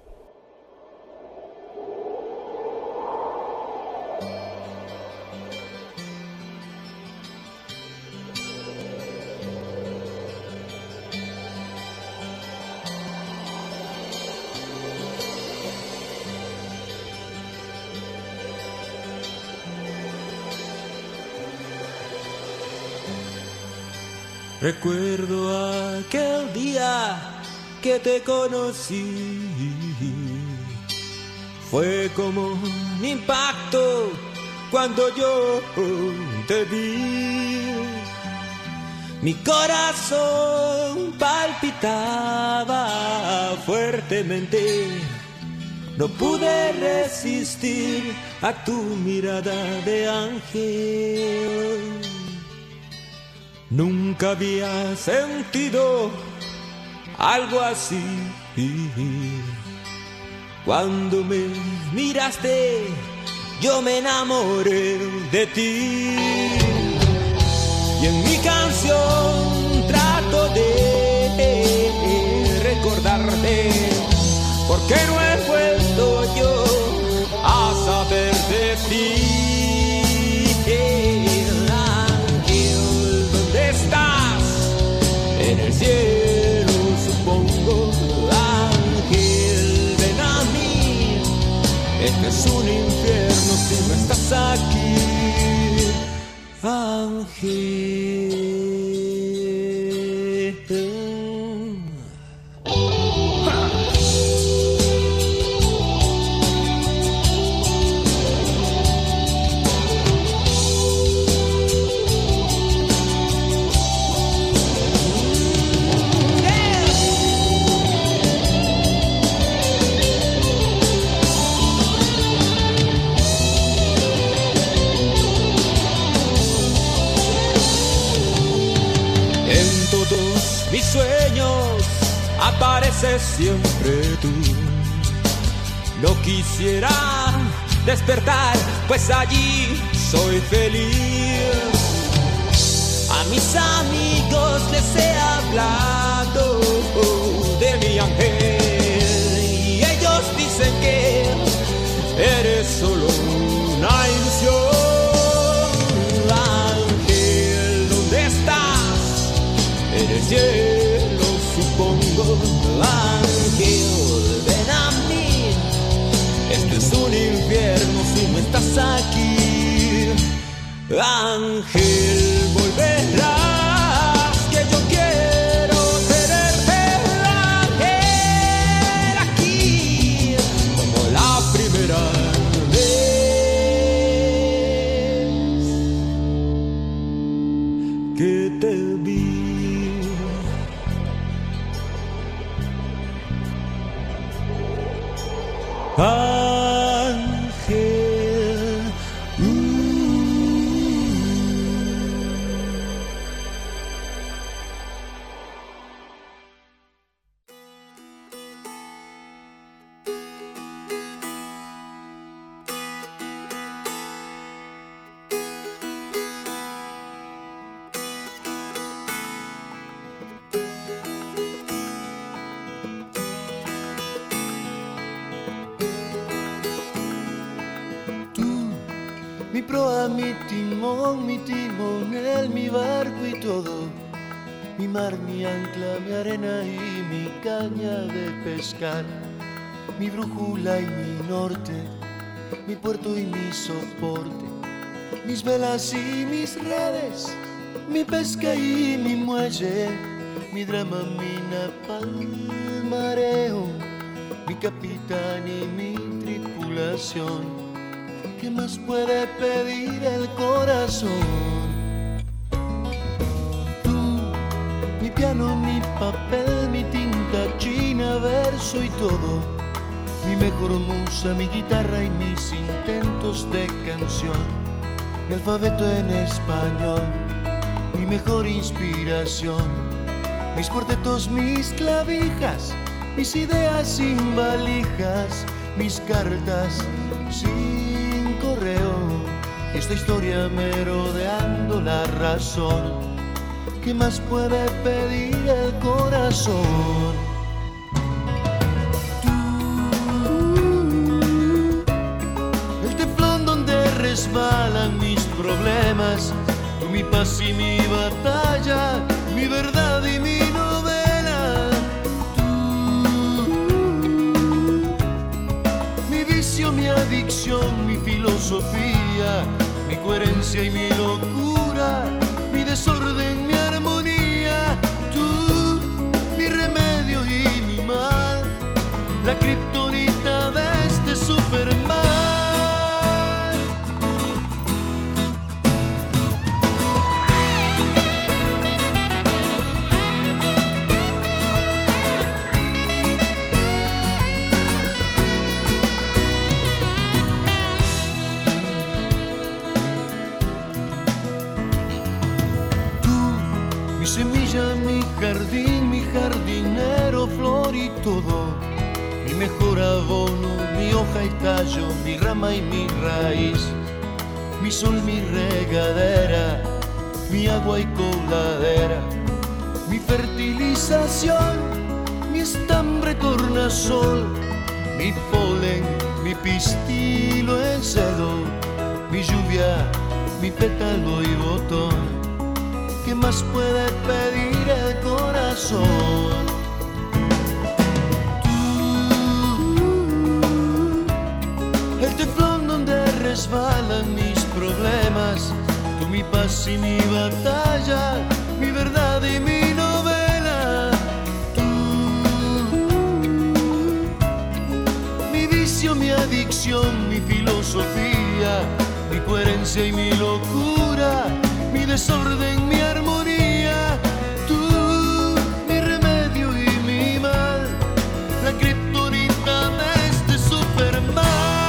Recuerdo aquel día que te conocí, fue como un impacto cuando yo te vi. Mi corazón palpitaba fuertemente, no pude resistir a tu mirada de ángel. Nunca había sentido algo así. Cuando me miraste, yo me enamoré de ti. Y en mi canción trato de recordarte, porque no he vuelto yo a saber de ti. En el cielo supongo, ángel, ven a mí. Este es un infierno si no estás aquí, ángel. Mis sueños apareces siempre tú. No quisiera despertar, pues allí soy feliz. A mis amigos les he hablado de mi ángel y ellos dicen que eres solo una ilusión. Ángel, ¿dónde estás? En el cielo supongo, ángel, ven a mí. Este es un infierno si no estás aquí, ángel, volverás, que yo quiero tenerte, ángel, aquí, como la primera vez que te vi. Ángel, mi proa, mi timón, él, mi barco y todo, mi mar, mi ancla, mi arena y mi caña de pescar, mi brújula y mi norte, mi puerto y mi soporte, mis velas y mis redes, mi pesca y mi muelle, mi drama, mi napalmareo, mi capitán y mi tripulación. ¿Qué más puede pedir el corazón? Tú, mi piano, mi papel, mi tinta china, verso y todo, mi mejor musa, mi guitarra y mis intentos de canción, mi alfabeto en español, mi mejor inspiración, mis cuartetos, mis clavijas, mis ideas sin valijas, mis cartas sin correo, y esta historia merodeando la razón. ¿Qué más puede pedir el corazón? El teflón donde resbalan mis problemas, tú mi paz y mi batalla, mi verdad y mi novela. Tú, mi vicio, mi adicción, mi filosofía, mi coherencia y mi locura, mi desorden, mi armonía. Tú, mi remedio y mi mal, la kriptonita de este Superman. Mi semilla, mi jardín, mi jardinero, flor y todo, mi mejor abono, mi hoja y tallo, mi rama y mi raíz, mi sol, mi regadera, mi agua y coladera, mi fertilización, mi estambre tornasol, mi polen, mi pistilo en celo, mi lluvia, mi pétalo y botón. ¿Qué más puede pedir el corazón? Tú, el teflón donde resbalan mis problemas, tú mi paz y mi batalla, mi verdad y mi novela. Tú, mi vicio, mi adicción, mi filosofía, mi coherencia y mi locura, mi desorden, mi armonía. Tú, mi remedio y mi mal, la kriptonita de este Superman.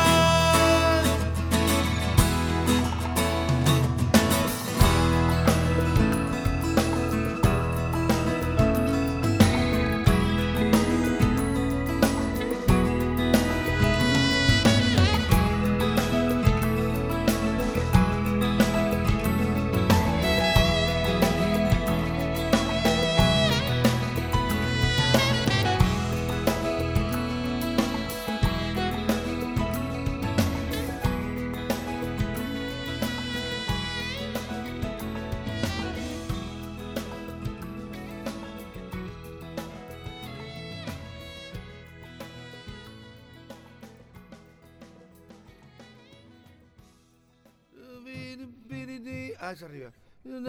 Hacia arriba.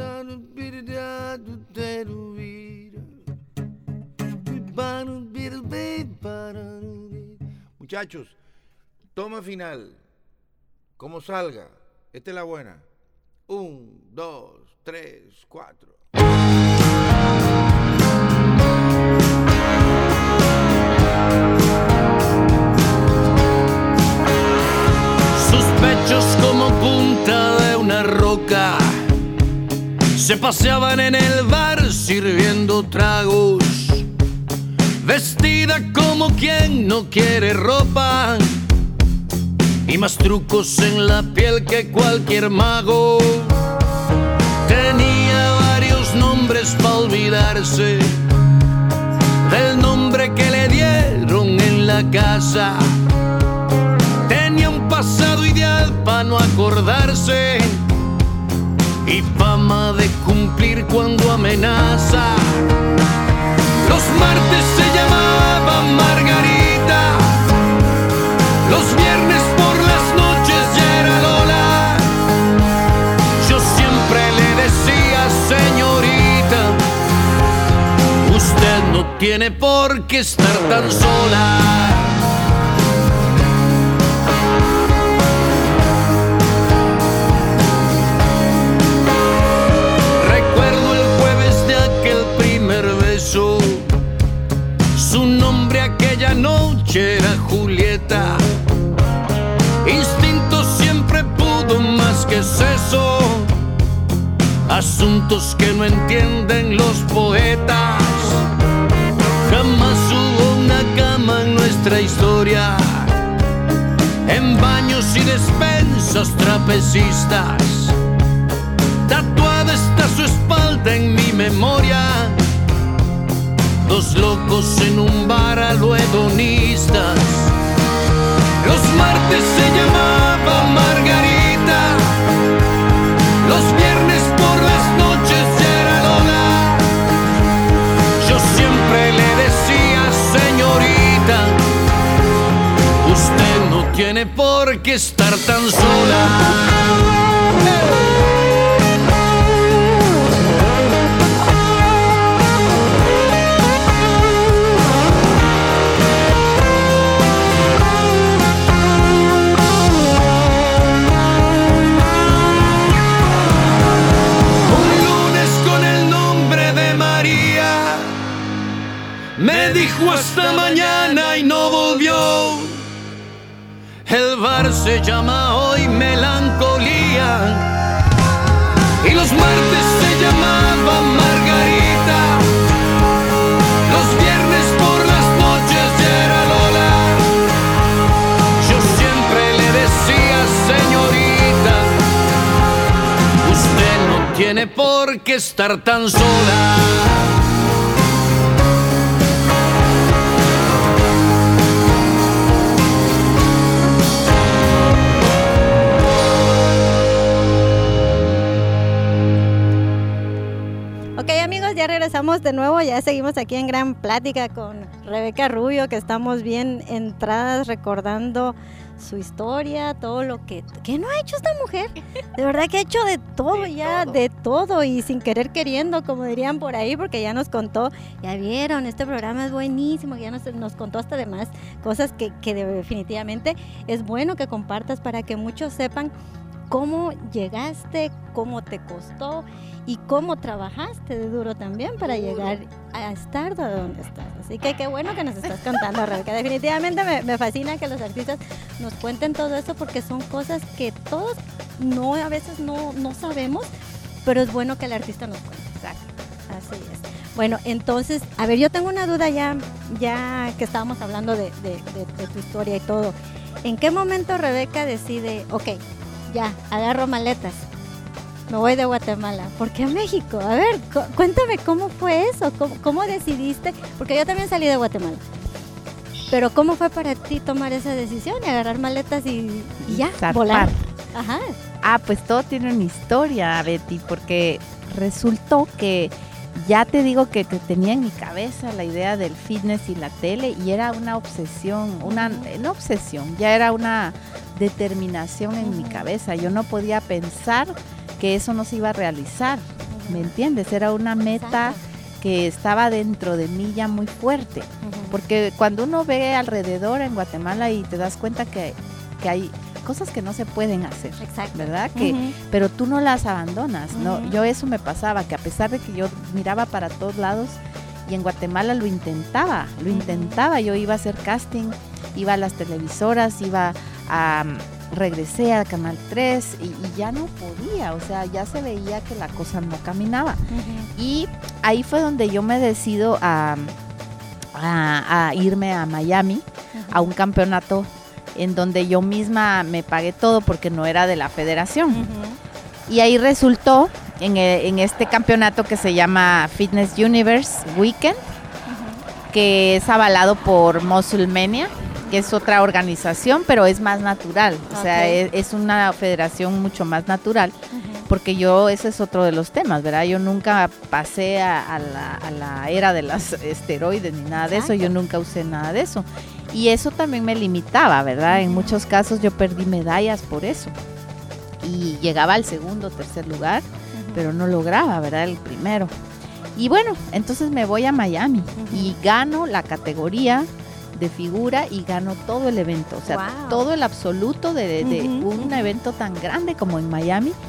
Muchachos, toma final. Como salga. Esta es la buena. 1, 2, 3, 4. Sus pechos como punta de una roca se paseaban en el bar sirviendo tragos, vestida como quien no quiere ropa y más trucos en la piel que cualquier mago. Tenía varios nombres para olvidarse del nombre que le dieron en la casa. Tenía un pasado ideal para no acordarse y fama de cumplir cuando amenaza. Los martes se llamaba Margarita, los viernes por las noches ya era Lola. Yo siempre le decía, señorita, usted no tiene por qué estar tan sola. Su nombre aquella noche era Julieta. Instinto siempre pudo más que eso. Asuntos que no entienden los poetas. Jamás hubo una cama en nuestra historia. En baños y despensas trapecistas. Tatuada está su espalda en mi memoria. Dos locos en un bar a lo hedonistas. Los martes se llamaba Margarita. Los viernes por las noches ya era Lola. Yo siempre le decía, señorita, usted no tiene por qué estar tan sola. Me dijo hasta mañana y no volvió. El bar se llama hoy Melancolía. Y los martes se llamaba Margarita. Los viernes por las noches ya era Lola. Yo siempre le decía, señorita, usted no tiene por qué estar tan sola. Ok, amigos, ya regresamos de nuevo, ya seguimos aquí en Gran Plática con Rebeca Rubio, que estamos bien entradas recordando su historia, todo lo que no ha hecho esta mujer. De verdad que ha hecho de todo ya, de todo y sin querer queriendo, como dirían por ahí, porque ya nos contó, ya vieron, este programa es buenísimo, ya nos contó hasta de más cosas que definitivamente es bueno que compartas para que muchos sepan cómo llegaste, cómo te costó y cómo trabajaste de duro también para llegar a estar donde estás. Así que qué bueno que nos estás contando, Rebeca. Definitivamente me fascina que los artistas nos cuenten todo eso porque son cosas que todos a veces no sabemos, pero es bueno que el artista nos cuente. Exacto. Así es. Bueno, entonces, a ver, yo tengo una duda ya que estábamos hablando de tu historia y todo. ¿En qué momento Rebeca decide, ok, ya, agarro maletas, me voy de Guatemala? ¿Por qué a México? A ver, cuéntame cómo fue eso, cómo decidiste, porque yo también salí de Guatemala. Pero ¿cómo fue para ti tomar esa decisión y agarrar maletas y ya, zarpar. Volar? Ajá. Pues todo tiene una historia, Betty, porque resultó que ya te digo que tenía en mi cabeza la idea del fitness y la tele y era una obsesión, no obsesión, ya era una determinación en mi cabeza. Yo no podía pensar que eso no se iba a realizar, ¿me entiendes? Era una meta que estaba dentro de mí ya muy fuerte, porque cuando uno ve alrededor en Guatemala y te das cuenta que hay cosas que no se pueden hacer, exacto, ¿verdad? Pero tú no las abandonas, ¿no? Yo eso me pasaba, que a pesar de que yo miraba para todos lados y en Guatemala lo intentaba, yo iba a hacer casting, iba a las televisoras, regresé a Canal 3 y ya no podía, o sea, ya se veía que la cosa no caminaba. Y ahí fue donde yo me decido a irme a Miami, a un campeonato en donde yo misma me pagué todo porque no era de la federación. Y ahí resultó en este campeonato que se llama Fitness Universe Weekend, que es avalado por Musclemania, que es otra organización, pero es más natural. O sea, es una federación mucho más natural, porque ese es otro de los temas, ¿verdad? Yo nunca pasé a la era de las esteroides ni nada de eso, yo nunca usé nada de eso. Y eso también me limitaba, ¿verdad? En muchos casos yo perdí medallas por eso. Y llegaba al segundo, tercer lugar, pero no lograba, ¿verdad? El primero. Y bueno, entonces me voy a Miami y gano la categoría de figura y gano todo el evento. O sea, todo el absoluto de un evento tan grande como en Miami.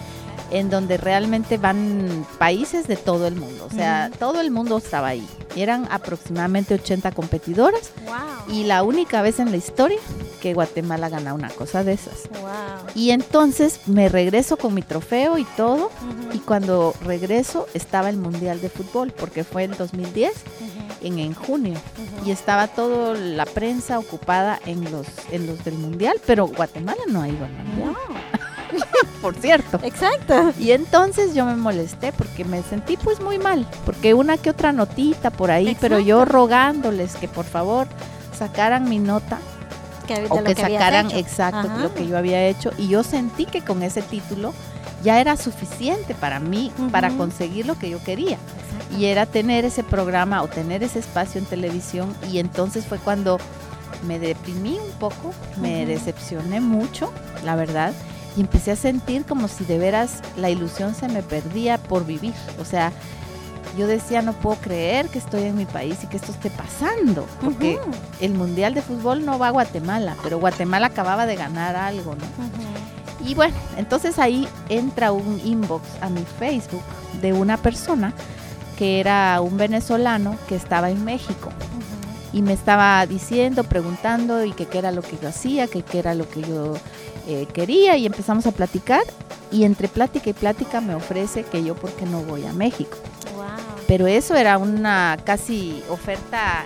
en donde realmente van países de todo el mundo, o sea, todo el mundo estaba ahí. Eran aproximadamente 80 competidoras y la única vez en la historia que Guatemala gana una cosa de esas. Y entonces me regreso con mi trofeo y todo, y cuando regreso estaba el Mundial de Fútbol, porque fue en 2010, en junio, y estaba toda la prensa ocupada en los del Mundial, pero Guatemala no ha ido al Mundial. Por cierto. Exacto. Y entonces yo me molesté porque me sentí pues muy mal, porque una que otra notita por ahí, pero yo rogándoles que por favor sacaran mi nota o que sacaran exacto lo que yo había hecho, y yo sentí que con ese título ya era suficiente para mí, para conseguir lo que yo quería. Y era tener ese programa o tener ese espacio en televisión, y entonces fue cuando me deprimí un poco, me decepcioné mucho, la verdad, y empecé a sentir como si de veras la ilusión se me perdía por vivir. O sea, yo decía, no puedo creer que estoy en mi país y que esto esté pasando, porque el Mundial de Fútbol no va a Guatemala, pero Guatemala acababa de ganar algo, ¿no? Y bueno, entonces ahí entra un inbox a mi Facebook de una persona que era un venezolano que estaba en México. Y me estaba diciendo, preguntando, y que qué era lo que yo hacía, que qué era lo que yo quería, y empezamos a platicar, y entre plática y plática me ofrece que yo por qué no voy a México. Pero eso era una casi oferta,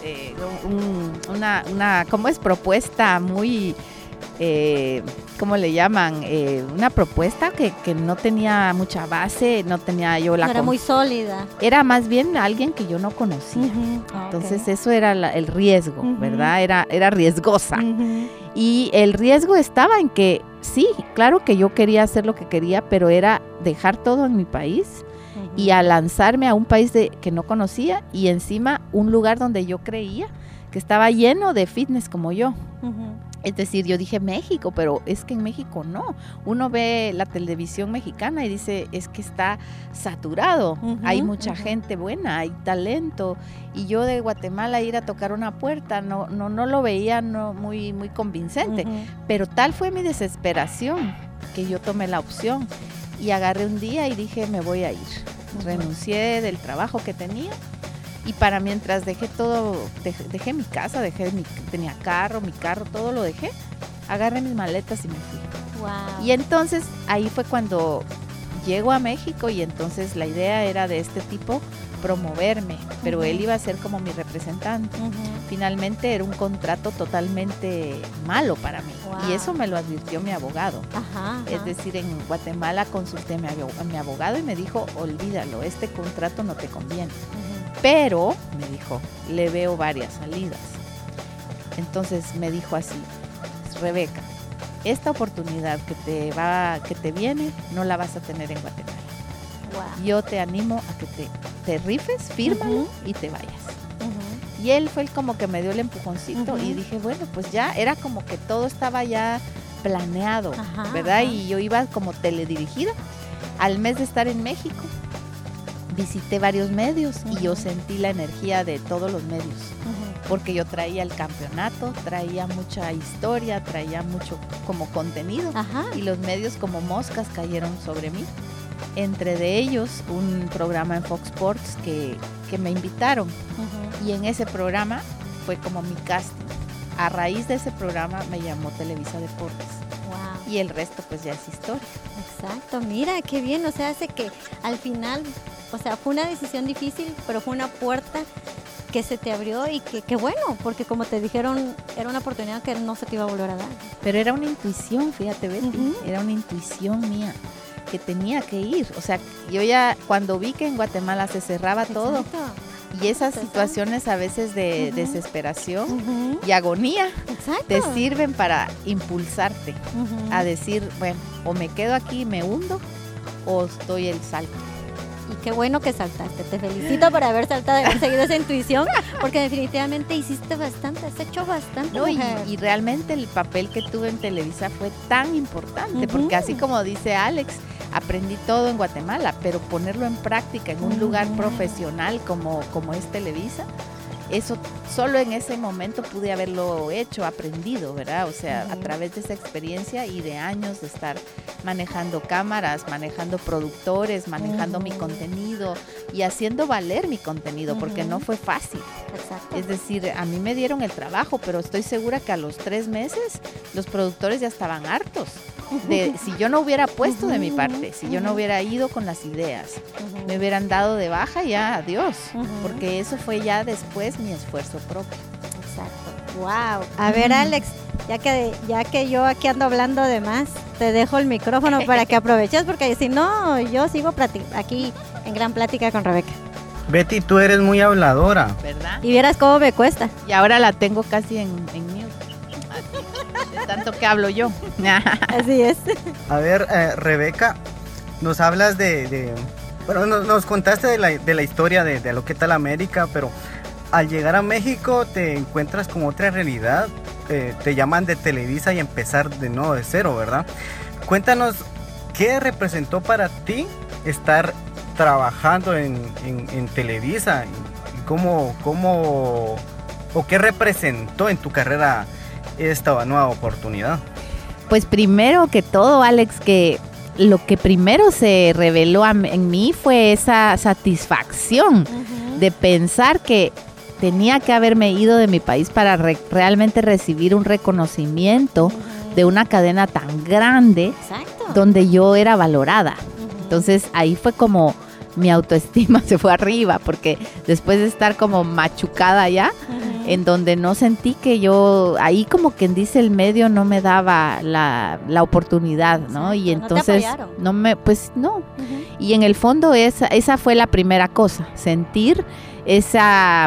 una ¿cómo es? Propuesta muy, ¿cómo le llaman? Una propuesta que no tenía mucha base, no tenía yo la... No era muy sólida. Era más bien alguien que yo no conocía. Entonces eso era el riesgo, ¿verdad? Era riesgosa. Y el riesgo estaba en que, sí, claro que yo quería hacer lo que quería, pero era dejar todo en mi país y a lanzarme a un país que no conocía, y encima un lugar donde yo creía que estaba lleno de fitness como yo. Es decir, yo dije México, pero es que en México no. Uno ve la televisión mexicana y dice, es que está saturado, hay mucha gente buena, hay talento. Y yo de Guatemala ir a tocar una puerta, no lo veía muy, muy convincente. Pero tal fue mi desesperación que yo tomé la opción y agarré un día y dije, me voy a ir. Renuncié del trabajo que tenía. Y para mientras dejé todo, dejé mi casa, tenía mi carro, todo lo dejé, agarré mis maletas y me fui. Y entonces ahí fue cuando llego a México, y entonces la idea era de este tipo promoverme, pero él iba a ser como mi representante. Finalmente era un contrato totalmente malo para mí, y eso me lo advirtió mi abogado. Es decir, en Guatemala consulté a mi abogado y me dijo, olvídalo, este contrato no te conviene. Pero, me dijo, le veo varias salidas. Entonces me dijo así, Rebeca, esta oportunidad que te viene, no la vas a tener en Guatemala. Yo te animo a que te rifes, fírmalo y te vayas. Y él fue como que me dio el empujoncito, y dije, bueno, pues ya era como que todo estaba ya planeado, ¿verdad? Y yo iba como teledirigida. Al mes de estar en México, visité varios medios y yo sentí la energía de todos los medios, porque yo traía el campeonato, traía mucha historia, traía mucho como contenido, y los medios como moscas cayeron sobre mí. Entre de ellos un programa en Fox Sports que me invitaron, y en ese programa fue como mi casting. A raíz de ese programa me llamó Televisa Deportes. Y el resto pues ya es historia. Exacto, mira, qué bien, o sea, hace que al final, o sea, fue una decisión difícil, pero fue una puerta que se te abrió, y que bueno, porque como te dijeron, era una oportunidad que no se te iba a volver a dar. Pero era una intuición, fíjate, Betty, era una intuición mía, que tenía que ir. O sea, yo ya cuando vi que en Guatemala se cerraba todo, y esas situaciones a veces de desesperación y agonía te sirven para impulsarte a decir, bueno, o me quedo aquí y me hundo, o doy el salto. Y qué bueno que saltaste, te felicito por haber saltado y haber seguido esa intuición, porque definitivamente hiciste bastante, has hecho bastante. No, y realmente el papel que tuve en Televisa fue tan importante, porque así como dice Alex, aprendí todo en Guatemala, pero ponerlo en práctica en un lugar profesional como es Televisa, eso solo en ese momento pude haberlo hecho, aprendido, ¿verdad? O sea, a través de esa experiencia y de años de estar manejando cámaras, manejando productores, manejando mi contenido y haciendo valer mi contenido, porque no fue fácil. Exacto. Es decir, a mí me dieron el trabajo, pero estoy segura que a los 3 meses los productores ya estaban hartos. Si yo no hubiera puesto de mi parte, si yo no hubiera ido con las ideas, me hubieran dado de baja, ya adiós, porque eso fue ya después mi esfuerzo propio. Exacto. Wow. A ver, Alex, ya que yo aquí ando hablando de más, te dejo el micrófono para que aproveches, porque si no, yo sigo aquí en gran plática con Rebeca. Betty, tú eres muy habladora. ¿Verdad? Y vieras cómo me cuesta. Y ahora la tengo casi en mute. De tanto que hablo yo. Así es. A ver, Rebeca, nos hablas bueno, nos contaste de la historia de lo que tal América, pero al llegar a México te encuentras con otra realidad. Te llaman de Televisa y empezar de nuevo de cero, ¿verdad? Cuéntanos, ¿qué representó para ti estar trabajando en Televisa? ¿Y cómo o qué representó en tu carrera esta nueva oportunidad? Pues primero que todo, Alex, que lo que primero se reveló en mí fue esa satisfacción de pensar que tenía que haberme ido de mi país para realmente recibir un reconocimiento de una cadena tan grande. Exacto. Donde yo era valorada. Entonces ahí fue como mi autoestima se fue arriba, porque después de estar como machucada ya, en donde no sentí que yo, ahí como quien dice el medio no me daba la oportunidad, ¿no? Y entonces no. Y en el fondo esa fue la primera cosa, sentir esa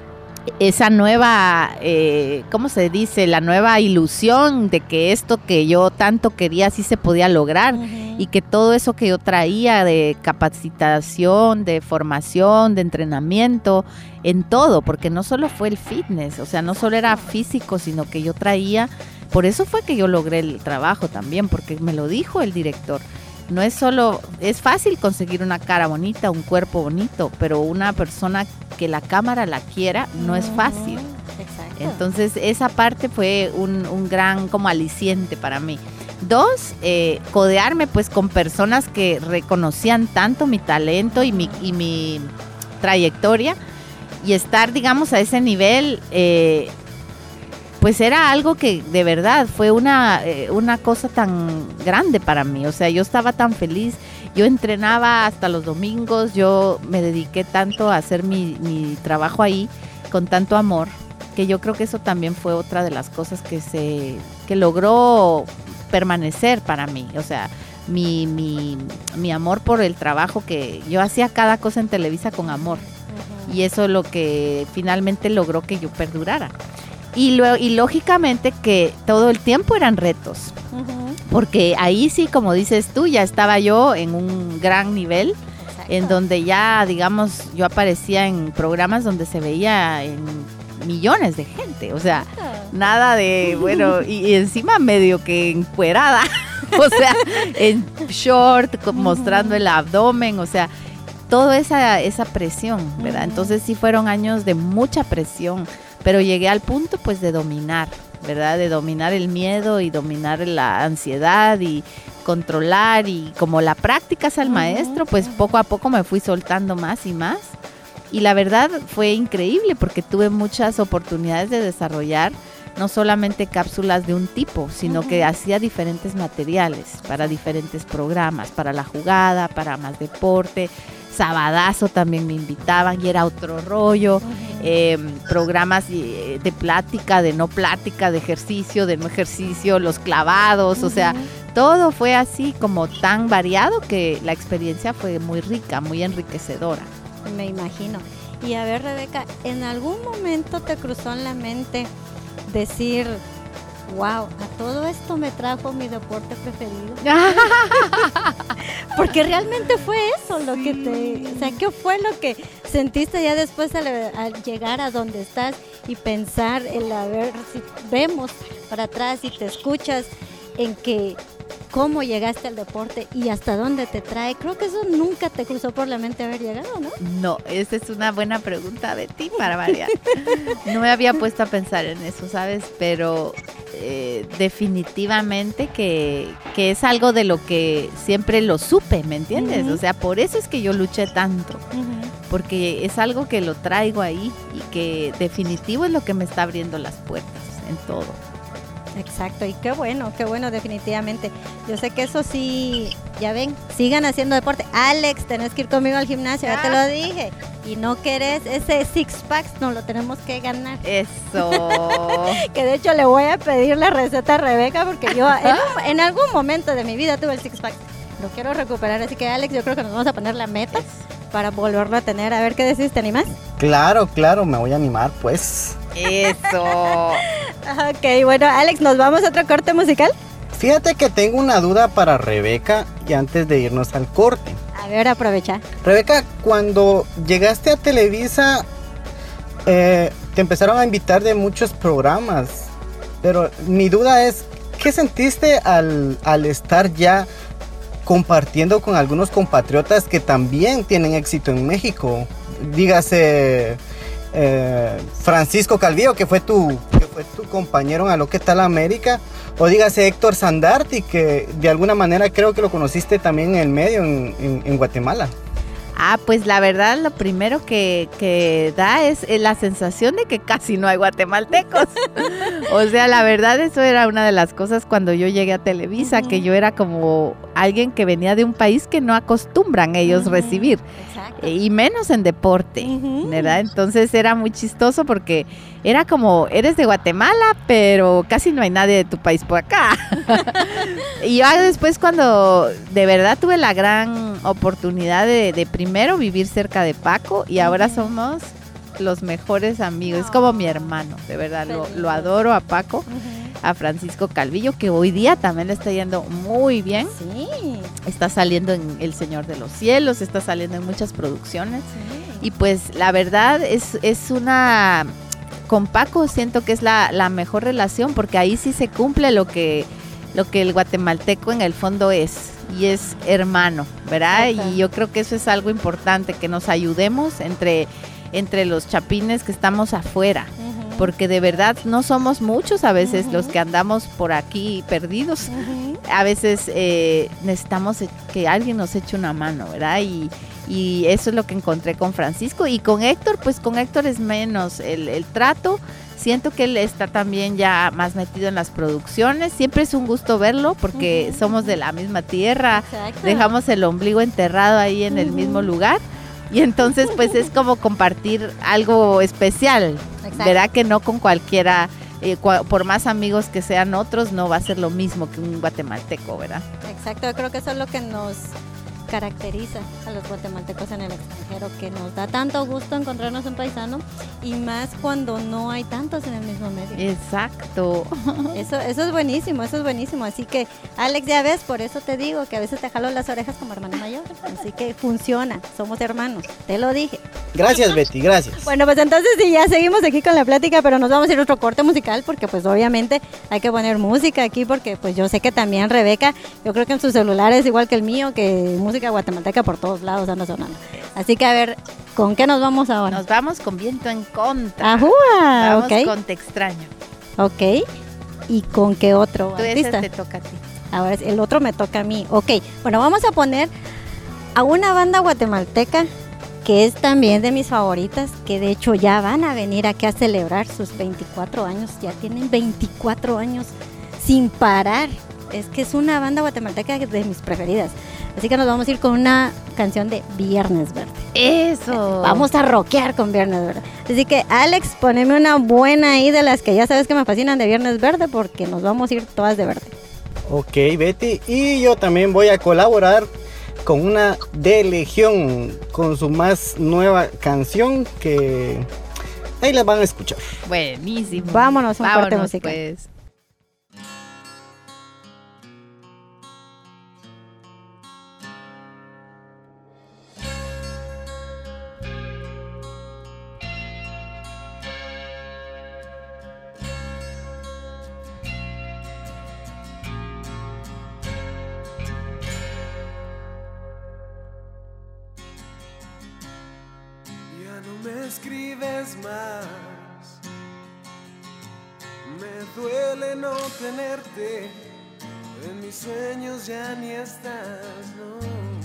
nueva, ¿cómo se dice? La nueva ilusión de que esto que yo tanto quería sí se podía lograr, y que todo eso que yo traía de capacitación, de formación, de entrenamiento, en todo, porque no solo fue el fitness, o sea, no solo era físico, sino que yo traía, por eso fue que yo logré el trabajo también, porque me lo dijo el director. No es solo, es fácil conseguir una cara bonita, un cuerpo bonito, pero una persona que la cámara la quiera no es fácil. Exacto. Entonces esa parte fue un gran como aliciente para mí. 2, codearme pues con personas que reconocían tanto mi talento y mi trayectoria, y estar, digamos, a ese nivel, pues era algo que de verdad fue una cosa tan grande para mí. O sea, yo estaba tan feliz, yo entrenaba hasta los domingos, yo me dediqué tanto a hacer mi trabajo ahí con tanto amor, que yo creo que eso también fue otra de las cosas que logró permanecer para mí. O sea, mi amor por el trabajo, que yo hacía cada cosa en Televisa con amor, y eso es lo que finalmente logró que yo perdurara. Y lógicamente que todo el tiempo eran retos, porque ahí sí, como dices tú, ya estaba yo en un gran nivel. Exacto. En donde ya, digamos, yo aparecía en programas donde se veía en millones de gente, o sea, nada de, bueno, y encima medio que encuerada, o sea, en short, mostrando el abdomen, o sea, toda esa presión, ¿verdad? Entonces sí fueron años de mucha presión, pero llegué al punto pues de dominar, ¿verdad? De dominar el miedo y dominar la ansiedad y controlar, y como la práctica es al maestro, pues poco a poco me fui soltando más y más. Y la verdad fue increíble, porque tuve muchas oportunidades de desarrollar no solamente cápsulas de un tipo, sino que hacía diferentes materiales para diferentes programas, para La Jugada, para Más Deporte, Sabadazo también me invitaban y era otro rollo, programas de plática, de no plática, de ejercicio, de no ejercicio, los clavados, o sea, todo fue así como tan variado que la experiencia fue muy rica, muy enriquecedora. Me imagino. Y a ver, Rebeca, ¿en algún momento te cruzó en la mente decir, wow, a todo esto me trajo mi deporte preferido? Porque realmente fue eso lo que o sea, ¿qué fue lo que sentiste ya después al llegar a donde estás y pensar, a ver si vemos para atrás y te escuchas en que cómo llegaste al deporte y hasta dónde te trae. Creo que eso nunca te cruzó por la mente haber llegado, ¿no? No, esa es una buena pregunta, Betty, para variar. No me había puesto a pensar en eso, ¿sabes? Pero definitivamente que es algo de lo que siempre lo supe, ¿me entiendes? O sea, por eso es que yo luché tanto. Porque es algo que lo traigo ahí y que definitivo es lo que me está abriendo las puertas en todo. Exacto, y qué bueno, definitivamente. Yo sé que eso sí, ya ven, sigan haciendo deporte. Alex, tenés que ir conmigo al gimnasio, ya te lo dije. Y no querés ese six-pack, no lo tenemos que ganar. Eso. Que de hecho le voy a pedir la receta a Rebeca porque yo en algún momento de mi vida tuve el six-pack. Lo quiero recuperar, así que Alex, yo creo que nos vamos a poner la meta para volverlo a tener. A ver, ¿qué decís? ¿Te animás? Claro, me voy a animar, pues. Eso. Ok, bueno, Alex, ¿nos vamos a otro corte musical? Fíjate que tengo una duda para Rebeca y antes de irnos al corte. A ver, aprovecha. Rebeca, cuando llegaste a Televisa, te empezaron a invitar de muchos programas, pero mi duda es, ¿qué sentiste al estar ya compartiendo con algunos compatriotas que también tienen éxito en México? Dígase Francisco Calvillo, que fue tu compañero en A lo que tal América, o dígase Héctor Sandarti, que de alguna manera creo que lo conociste también en el medio en Guatemala. Pues la verdad lo primero que da es la sensación de que casi no hay guatemaltecos. O sea, la verdad eso era una de las cosas cuando yo llegué a Televisa, que yo era como alguien que venía de un país que no acostumbran ellos recibir. Exacto. Y menos en deporte, ¿verdad? Entonces era muy chistoso porque era como, eres de Guatemala, pero casi no hay nadie de tu país por acá. Y ya después cuando de verdad tuve la gran oportunidad de primero vivir cerca de Paco y ahora somos los mejores amigos. Es como mi hermano, de verdad, lo adoro a Paco, a Francisco Calvillo, que hoy día también le está yendo muy bien. Sí. Está saliendo en El Señor de los Cielos, está saliendo en muchas producciones. Sí. Y pues la verdad es una... Con Paco siento que es la mejor relación porque ahí sí se cumple lo que el guatemalteco en el fondo es, y es hermano, ¿verdad? Okay. Y yo creo que eso es algo importante, que nos ayudemos entre los chapines que estamos afuera, porque de verdad no somos muchos a veces los que andamos por aquí perdidos. A veces necesitamos que alguien nos eche una mano, ¿verdad? Y eso es lo que encontré con Francisco. Y con Héctor, pues con Héctor es menos el trato. Siento que él está también ya más metido en las producciones. Siempre es un gusto verlo porque somos de la misma tierra. Exacto. Dejamos el ombligo enterrado ahí en el mismo lugar. Y entonces pues es como compartir algo especial. Exacto. ¿Verdad? Que no con cualquiera, por más amigos que sean otros, no va a ser lo mismo que un guatemalteco, ¿verdad? Exacto, yo creo que eso es lo que nos caracteriza a los guatemaltecos en el extranjero, que nos da tanto gusto encontrarnos un paisano y más cuando no hay tantos en el mismo medio. Exacto. Eso es buenísimo, así que Alex, ya ves, por eso te digo que a veces te jalo las orejas como hermano mayor, así que funciona, somos hermanos, te lo dije. Gracias, Betty, gracias. Bueno, pues entonces sí, ya seguimos aquí con la plática, pero nos vamos a ir a otro corte musical porque pues obviamente hay que poner música aquí porque pues yo sé que también Rebeca, yo creo que en su celular es igual que el mío, que música guatemalteca por todos lados anda sonando. Así que a ver, ¿con qué nos vamos ahora? Nos vamos con Viento en Contra. Ajúa, vamos okay. Con Te Extraño. Ok, ¿y con qué otro artista? Ese te toca a ti. Ahora el otro me toca a mí. Ok, bueno, vamos a poner a una banda guatemalteca que es también de mis favoritas, que de hecho ya van a venir aquí a celebrar sus 24 años, ya tienen 24 años sin parar. Es que es una banda guatemalteca de mis preferidas. Así que nos vamos a ir con una canción de Viernes Verde. Eso. Vamos a rockear con Viernes Verde. Así que Alex, poneme una buena ahí de las que ya sabes que me fascinan de Viernes Verde, porque nos vamos a ir todas de verde. Ok, Betty, y yo también voy a colaborar con una de Legión, con su más nueva canción, que ahí la van a escuchar. Buenísimo. Vámonos a un corte musical. Pues. escribes más. Me duele no tenerte, en mis sueños ya ni estás, no.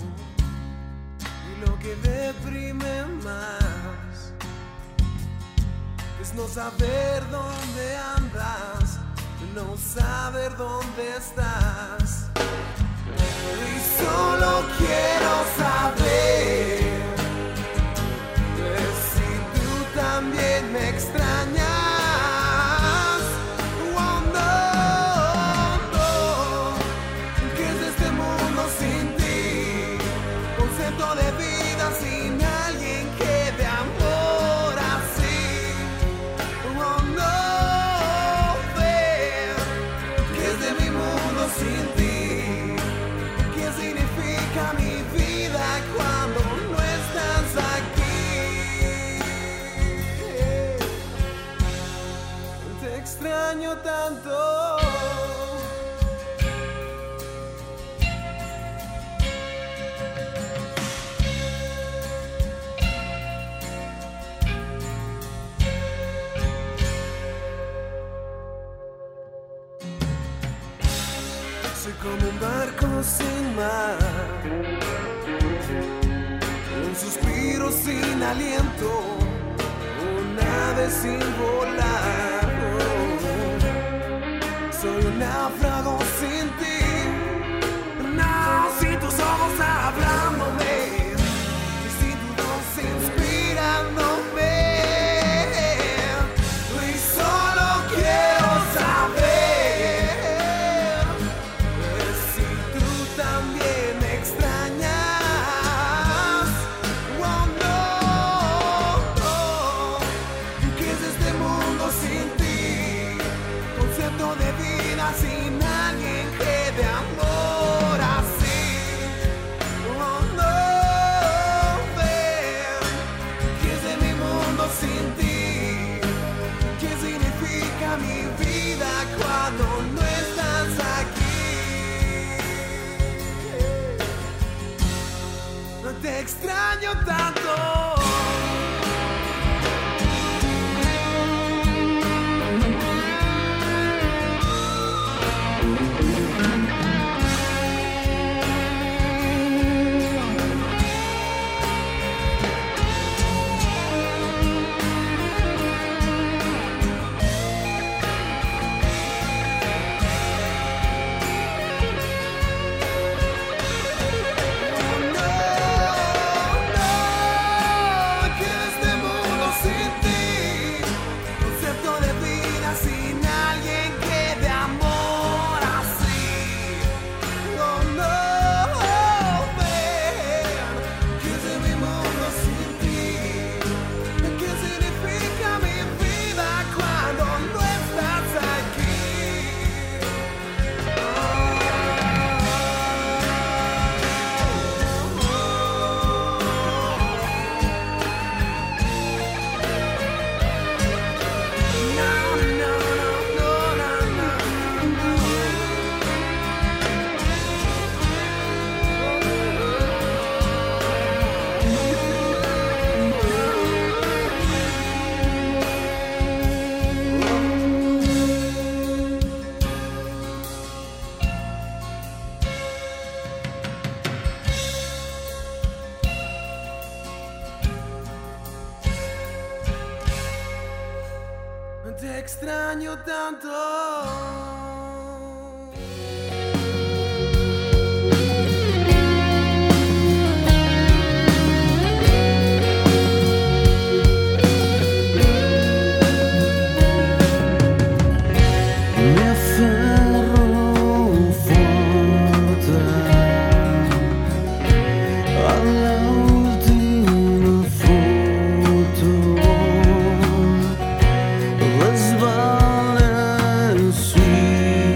Y lo que deprime más es no saber dónde andas, no saber dónde estás. Y solo quiero saber si tú también me extrañas. Oh, no, no. ¿Qué es este mundo sin ti? Concepto de vida sin alguien que de amor así. Oh, no, ver ¿qué es de mi mundo sin ti? ¿Qué significa mi vida cuando no estás aquí? Te extraño tanto. Soy como un barco sin mar, un suspiro sin aliento, un ave sin volar. Soy un náufrago sin ti, no, sin tus ojos hablándome, y sin tu voz inspirándome. Y solo quiero saber si tú también me extrañas. Oh, no, no. ¿Qué es este mundo sin ti? Concepto de vida sin alguien que de amor así. Oh, no, ven. ¿Qué es de mi mundo sin ti? ¿Qué significa mi vida cuando no estás aquí? Te extraño tanto. Te extraño tanto. Resbala en su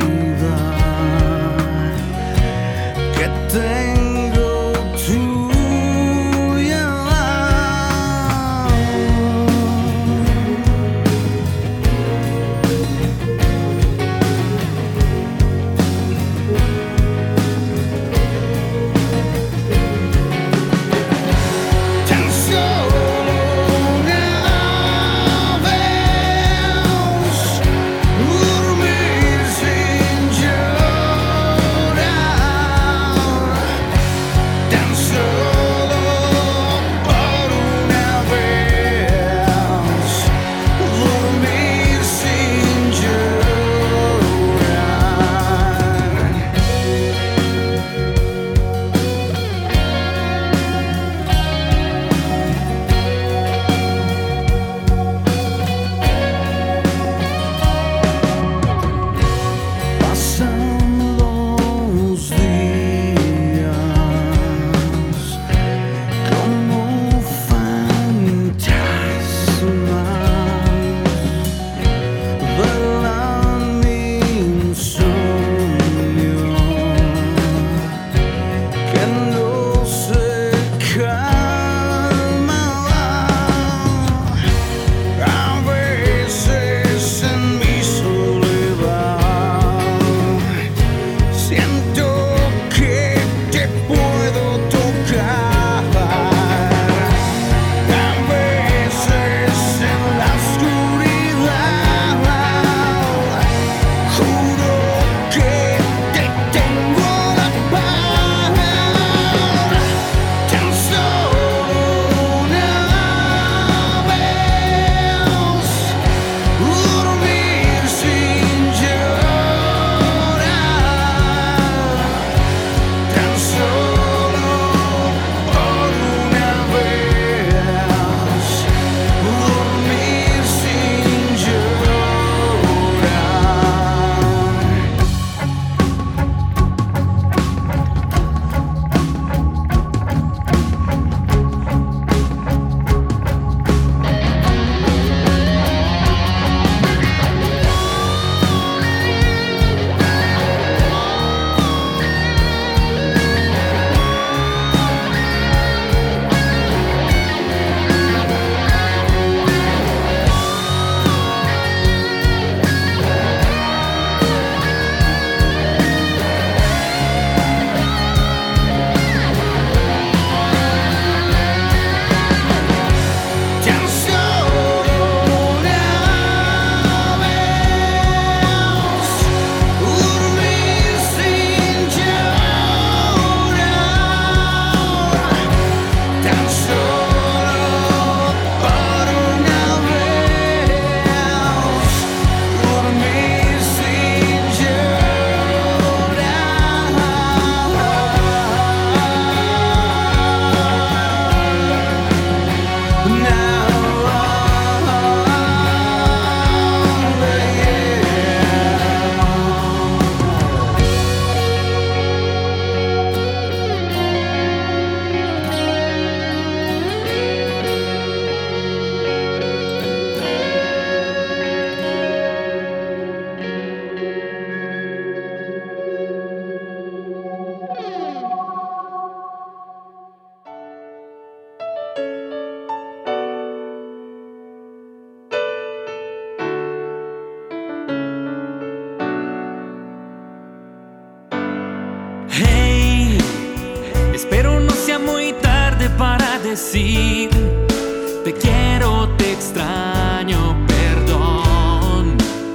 decir te quiero, te extraño, perdón.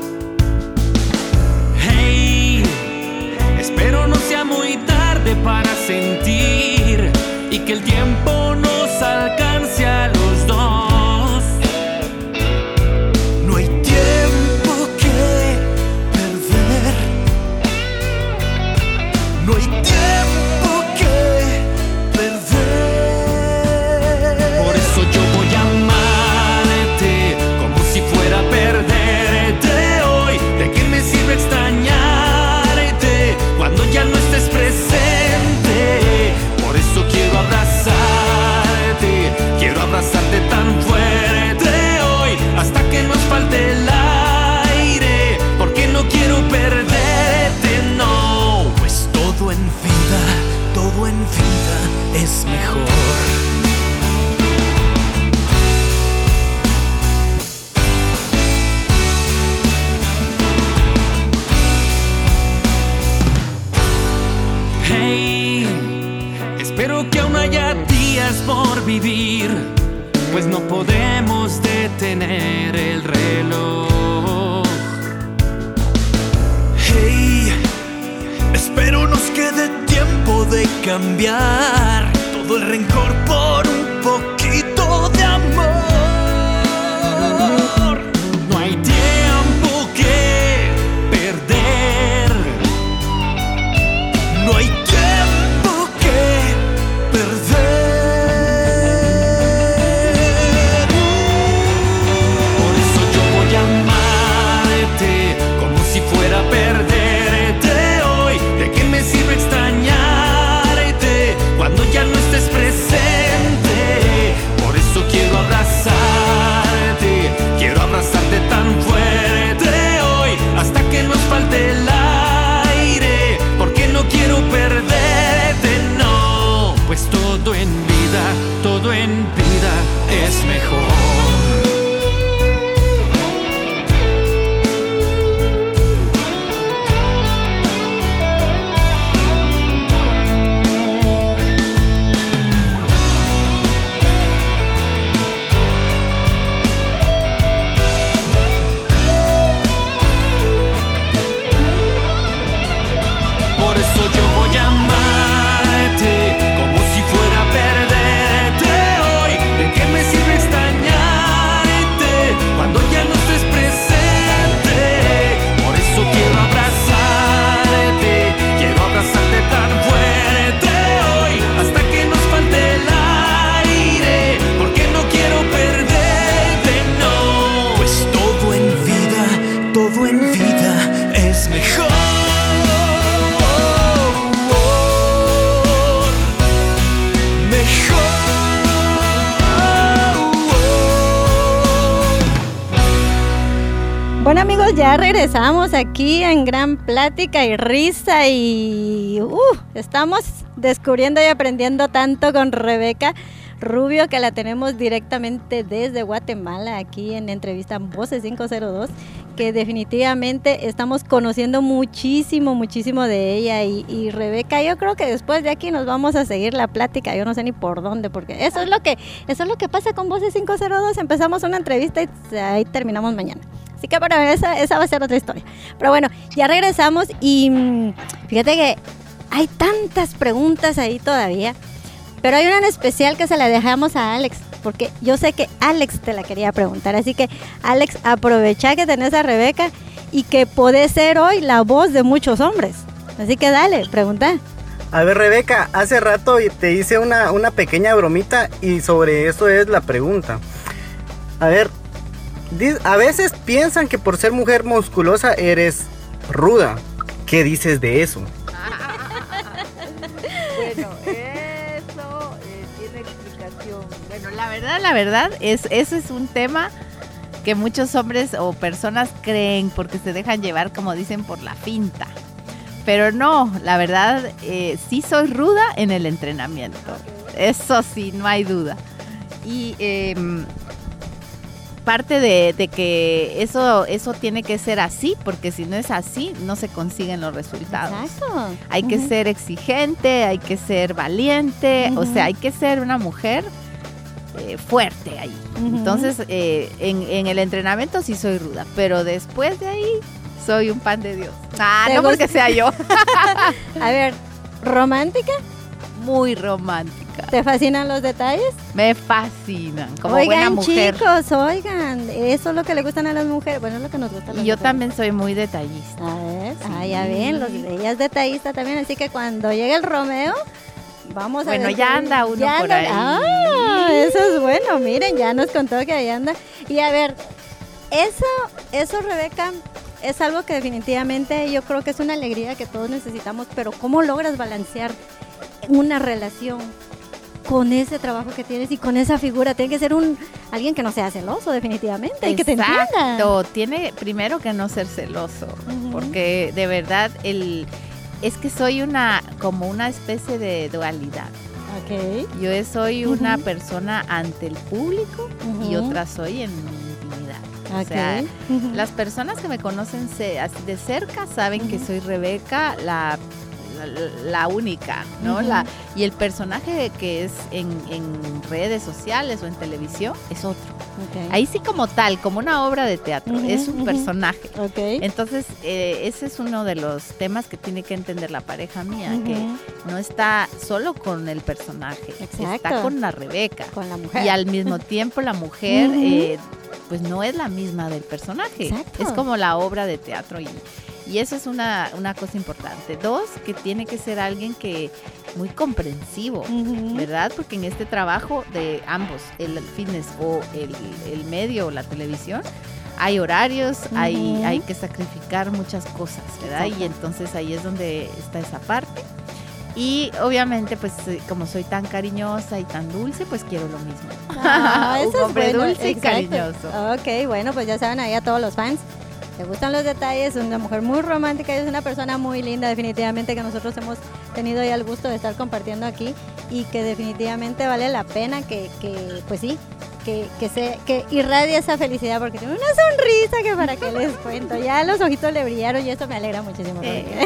Hey, espero no sea muy tarde para sentir y que el tiempo nos alcance a los dos. No hay tiempo que perder. No hay tiempo que perder. Por eso yo voy a amarte como si fuera a perderte hoy. ¿De qué me sirve extrañarte cuando ya no estés presente? Por eso quiero abrazarte tan fuerte hoy, hasta que nos falte el aire, porque no quiero perderte, no. Pues todo en vida es mejor. Hey, espero que aún haya días por vivir, pues no podemos detener el reloj. Hey, espero nos quede tiempo de cambiar todo el rencor por un poquito de amor. No hay tiempo que perder. No hay tiempo que perder. Por eso yo voy a amarte como si fuera a perderte hoy. ¿De qué me sirve extrañarte cuando ya no estés presente? Por eso quiero abrazarte tan fuerte hoy, hasta que nos falte el aire, porque no quiero perderte, no. Pues todo en vida es mejor. Por eso yo voy a amarte como si fuera a perderte hoy. ¿De qué me sirve extrañarte cuando ya no estés presente? Por eso quiero abrazarte tan fuerte hoy, hasta que nos falte el aire, porque no quiero perderte, no. Pues todo en vida es mejor. Bueno amigos, ya regresamos aquí en gran plática y risa y estamos descubriendo y aprendiendo tanto con Rebeca Rubio, que la tenemos directamente desde Guatemala aquí en entrevista Voces 502, que definitivamente estamos conociendo muchísimo de ella y Rebeca, yo creo que después de aquí nos vamos a seguir la plática, yo no sé ni por dónde, porque eso es lo que pasa con Voces 502, empezamos una entrevista y ahí terminamos mañana. Así que bueno, esa va a ser otra historia. Pero bueno, ya regresamos y fíjate que hay tantas preguntas ahí todavía, pero hay una en especial que se la dejamos a Alex, porque yo sé que Alex te la quería preguntar. Así que Alex, aprovecha que tenés a Rebeca y que podés ser hoy la voz de muchos hombres. Así que dale, pregunta. A ver, Rebeca, hace rato te hice una pequeña bromita y sobre eso es la pregunta. A ver, a veces piensan que por ser mujer musculosa eres ruda. ¿Qué dices de eso? Bueno, eso tiene explicación. Bueno, la verdad, eso es un tema que muchos hombres o personas creen porque se dejan llevar, como dicen, por la finta. Pero no, la verdad, sí soy ruda en el entrenamiento. Eso sí, no hay duda. Y parte de que eso tiene que ser así, porque si no es así, no se consiguen los resultados. Exacto. Hay que ser exigente, hay que ser valiente, o sea, hay que ser una mujer fuerte ahí. Entonces, en el entrenamiento sí soy ruda, pero después de ahí soy un pan de Dios. No porque sea yo. A ver, ¿romántica? Muy romántica. ¿Te fascinan los detalles? Me fascinan, como buena mujer. Chicos, oigan, eso es lo que le gustan a las mujeres. Bueno, es lo que nos gusta a las Y yo mujeres. también soy muy detallista. A ver, Sí. ya ven, ella es detallista también, así que cuando llegue el Romeo, vamos a Bueno, ver. ya anda uno por ahí. Eso es bueno, miren, ya nos contó que ahí anda. Y a ver, eso Rebeca, es algo que definitivamente yo creo que es una alegría que todos necesitamos, pero ¿cómo logras balancear una relación con ese trabajo que tienes y con esa figura? Tiene que ser alguien que no sea celoso, definitivamente, y que te entienda. Exacto, tiene primero que no ser celoso, porque de verdad es que soy como una especie de dualidad. Okay. Yo soy una persona ante el público y otra soy en mi intimidad. Okay. O sea, las personas que me conocen de cerca saben que soy Rebeca, la única, ¿no? Y el personaje que es en redes sociales o en televisión es otro. Okay. Ahí sí como tal, como una obra de teatro, es un personaje. Okay. Entonces, ese es uno de los temas que tiene que entender la pareja mía, que no está solo con el personaje, está con la Rebeca. Con la mujer. Y al mismo tiempo la mujer, pues no es la misma del personaje. Exacto. Es como la obra de teatro y eso es una cosa importante. 2, que tiene que ser alguien que muy comprensivo, ¿verdad? Porque en este trabajo de ambos, el fitness o el medio o la televisión, hay horarios, hay que sacrificar muchas cosas, ¿verdad? Exacto. Y entonces ahí es donde está esa parte. Y obviamente, pues como soy tan cariñosa y tan dulce, pues quiero lo mismo. Eso Un es hombre bueno, dulce y exacto. cariñoso. Ok, bueno, pues ya saben ahí a todos los fans. Te gustan los detalles, es una mujer muy romántica y es una persona muy linda, definitivamente, que nosotros hemos tenido ya el gusto de estar compartiendo aquí y que definitivamente vale la pena que pues sí, que irradie esa felicidad, porque tiene una sonrisa que para qué les cuento, ya los ojitos le brillaron y eso me alegra muchísimo.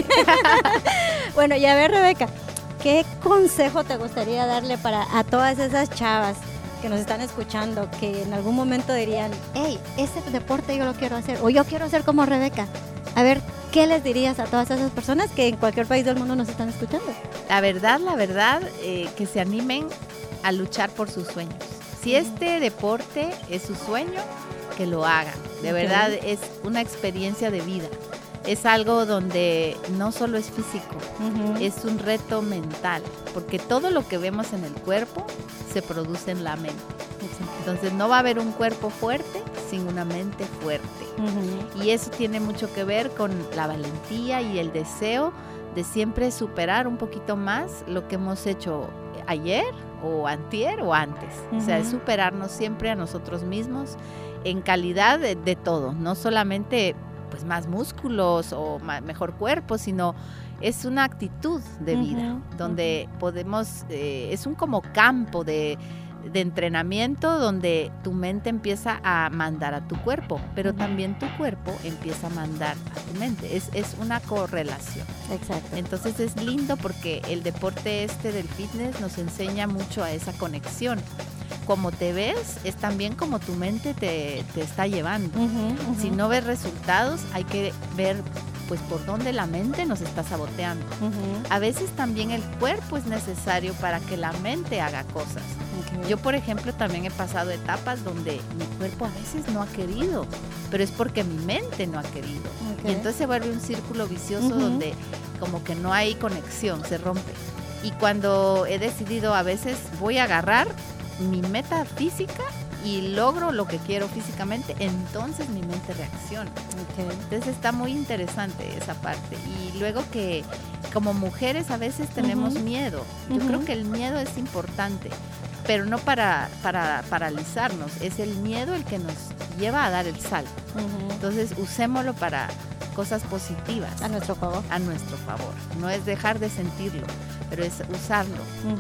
Bueno, y a ver, Rebeca, ¿qué consejo te gustaría darle a todas esas chavas que nos están escuchando, que en algún momento dirían, hey, ese deporte yo lo quiero hacer, o yo quiero ser como Rebeca? A ver, ¿qué les dirías a todas esas personas que en cualquier país del mundo nos están escuchando? La verdad, que se animen a luchar por sus sueños. Si este deporte es su sueño, que lo hagan. De verdad, es una experiencia de vida. Es algo donde no solo es físico, es un reto mental, porque todo lo que vemos en el cuerpo se produce en la mente. Entonces no va a haber un cuerpo fuerte sin una mente fuerte. Y eso tiene mucho que ver con la valentía y el deseo de siempre superar un poquito más lo que hemos hecho ayer o antier o antes. O sea, es superarnos siempre a nosotros mismos en calidad de todo, no solamente pues más músculos o mejor cuerpo, sino es una actitud de vida donde podemos, es un como campo de entrenamiento donde tu mente empieza a mandar a tu cuerpo, pero también tu cuerpo empieza a mandar a tu mente. Es una correlación. Exacto. Entonces es lindo porque el deporte del fitness nos enseña mucho a esa conexión. Como te ves, es también como tu mente te está llevando. Si no ves resultados, hay que ver pues por dónde la mente nos está saboteando. A veces también el cuerpo es necesario para que la mente haga cosas. Yo, por ejemplo, también he pasado etapas donde mi cuerpo a veces no ha querido, pero es porque mi mente no ha querido. Y entonces se vuelve un círculo vicioso donde como que no hay conexión, se rompe. Y cuando he decidido, a veces voy a agarrar mi meta física y logro lo que quiero físicamente, entonces mi mente reacciona. Entonces está muy interesante esa parte. Y luego que como mujeres a veces tenemos miedo. Yo creo que el miedo es importante, pero no para paralizarnos. Es el miedo el que nos lleva a dar el salto. Entonces usémoslo para cosas positivas. A nuestro favor. A nuestro favor. No es dejar de sentirlo, pero es usarlo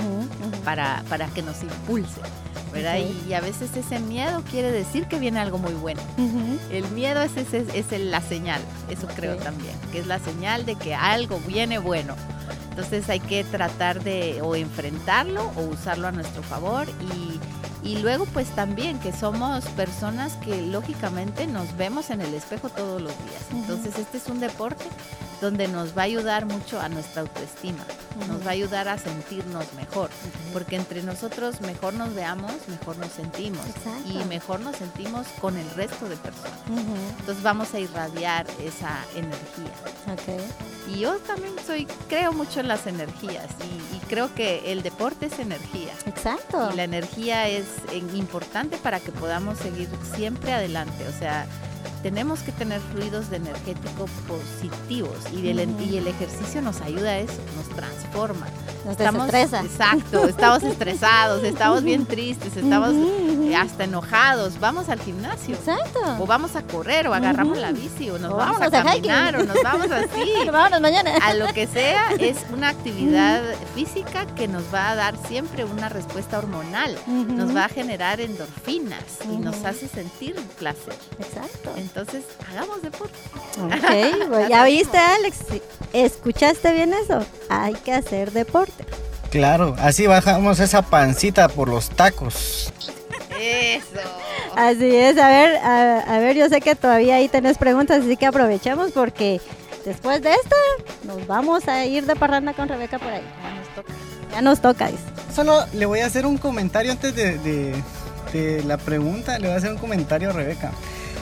para que nos impulse, ¿verdad? Y a veces ese miedo quiere decir que viene algo muy bueno. El miedo es la señal, eso creo también, que es la señal de que algo viene bueno. Entonces hay que tratar de o enfrentarlo o usarlo a nuestro favor Y luego pues también que somos personas que lógicamente nos vemos en el espejo todos los días. Entonces este es un deporte donde nos va a ayudar mucho a nuestra autoestima, nos va a ayudar a sentirnos mejor, porque entre nosotros mejor nos veamos, mejor nos sentimos. Exacto. Y mejor nos sentimos con el resto de personas. Entonces vamos a irradiar esa energía. Okay. Y yo también creo mucho en las energías y creo que el deporte es energía. Exacto. Y la energía es importante para que podamos seguir siempre adelante. O sea, tenemos que tener fluidos de energético positivos y el ejercicio nos ayuda a eso, nos transforma. Nos desestresa. Exacto, estamos estresados, estamos bien tristes, estamos hasta enojados. Vamos al gimnasio. Exacto. O vamos a correr o agarramos la bici o nos vamos a vámonos de caminar hiking. o nos vamos así. Vámonos mañana. A lo que sea, es una actividad física que nos va a dar siempre una respuesta hormonal, nos va a generar endorfinas y nos hace sentir placer. Exacto. Entonces, hagamos deporte. Ok, pues, ya viste, Alex. ¿Escuchaste bien eso? Hay que hacer deporte. Claro, así bajamos esa pancita por los tacos. Eso. Así es, a ver, yo sé que todavía ahí tenés preguntas, así que aprovechemos porque después de esta nos vamos a ir de parranda con Rebeca por ahí. Ya nos toca, dice. Solo le voy a hacer un comentario antes de la pregunta, le voy a hacer un comentario a Rebeca.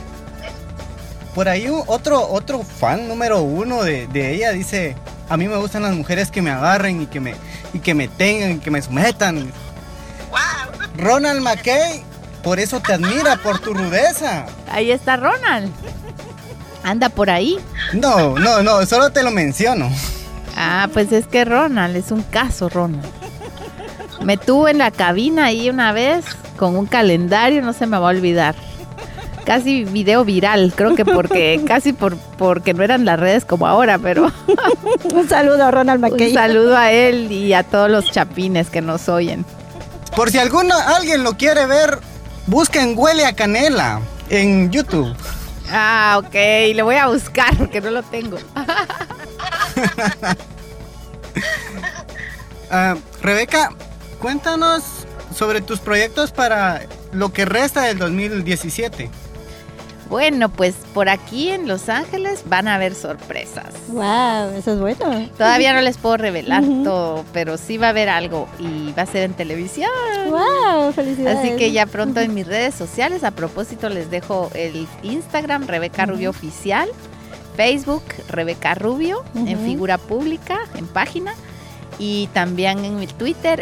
Por ahí otro fan número 1 de ella dice: a mí me gustan las mujeres que me agarren y que me tengan y que me sometan. Ronald McKay, por eso te admira, por tu rudeza. Ahí está Ronald. Anda por ahí. No, solo te lo menciono. Ah, pues es que Ronald, es un caso, Ronald. Me tuvo en la cabina ahí una vez con un calendario, no se me va a olvidar. Casi video viral, creo que porque no eran las redes como ahora, pero un saludo a Ronald McKay. Un saludo a él y a todos los chapines que nos oyen. Por si alguien lo quiere ver, busquen Huele a Canela en YouTube. Ah, ok, le voy a buscar porque no lo tengo. Rebeca, cuéntanos sobre tus proyectos para lo que resta del 2017. Bueno, pues por aquí en Los Ángeles van a haber sorpresas. Wow, eso es bueno. Todavía no les puedo revelar todo, pero sí va a haber algo y va a ser en televisión. Wow, felicidades. Así que ya pronto en mis redes sociales, a propósito les dejo el Instagram, Rebeca Rubio Oficial, Facebook, Rebeca Rubio, en figura pública, en página, y también en mi Twitter,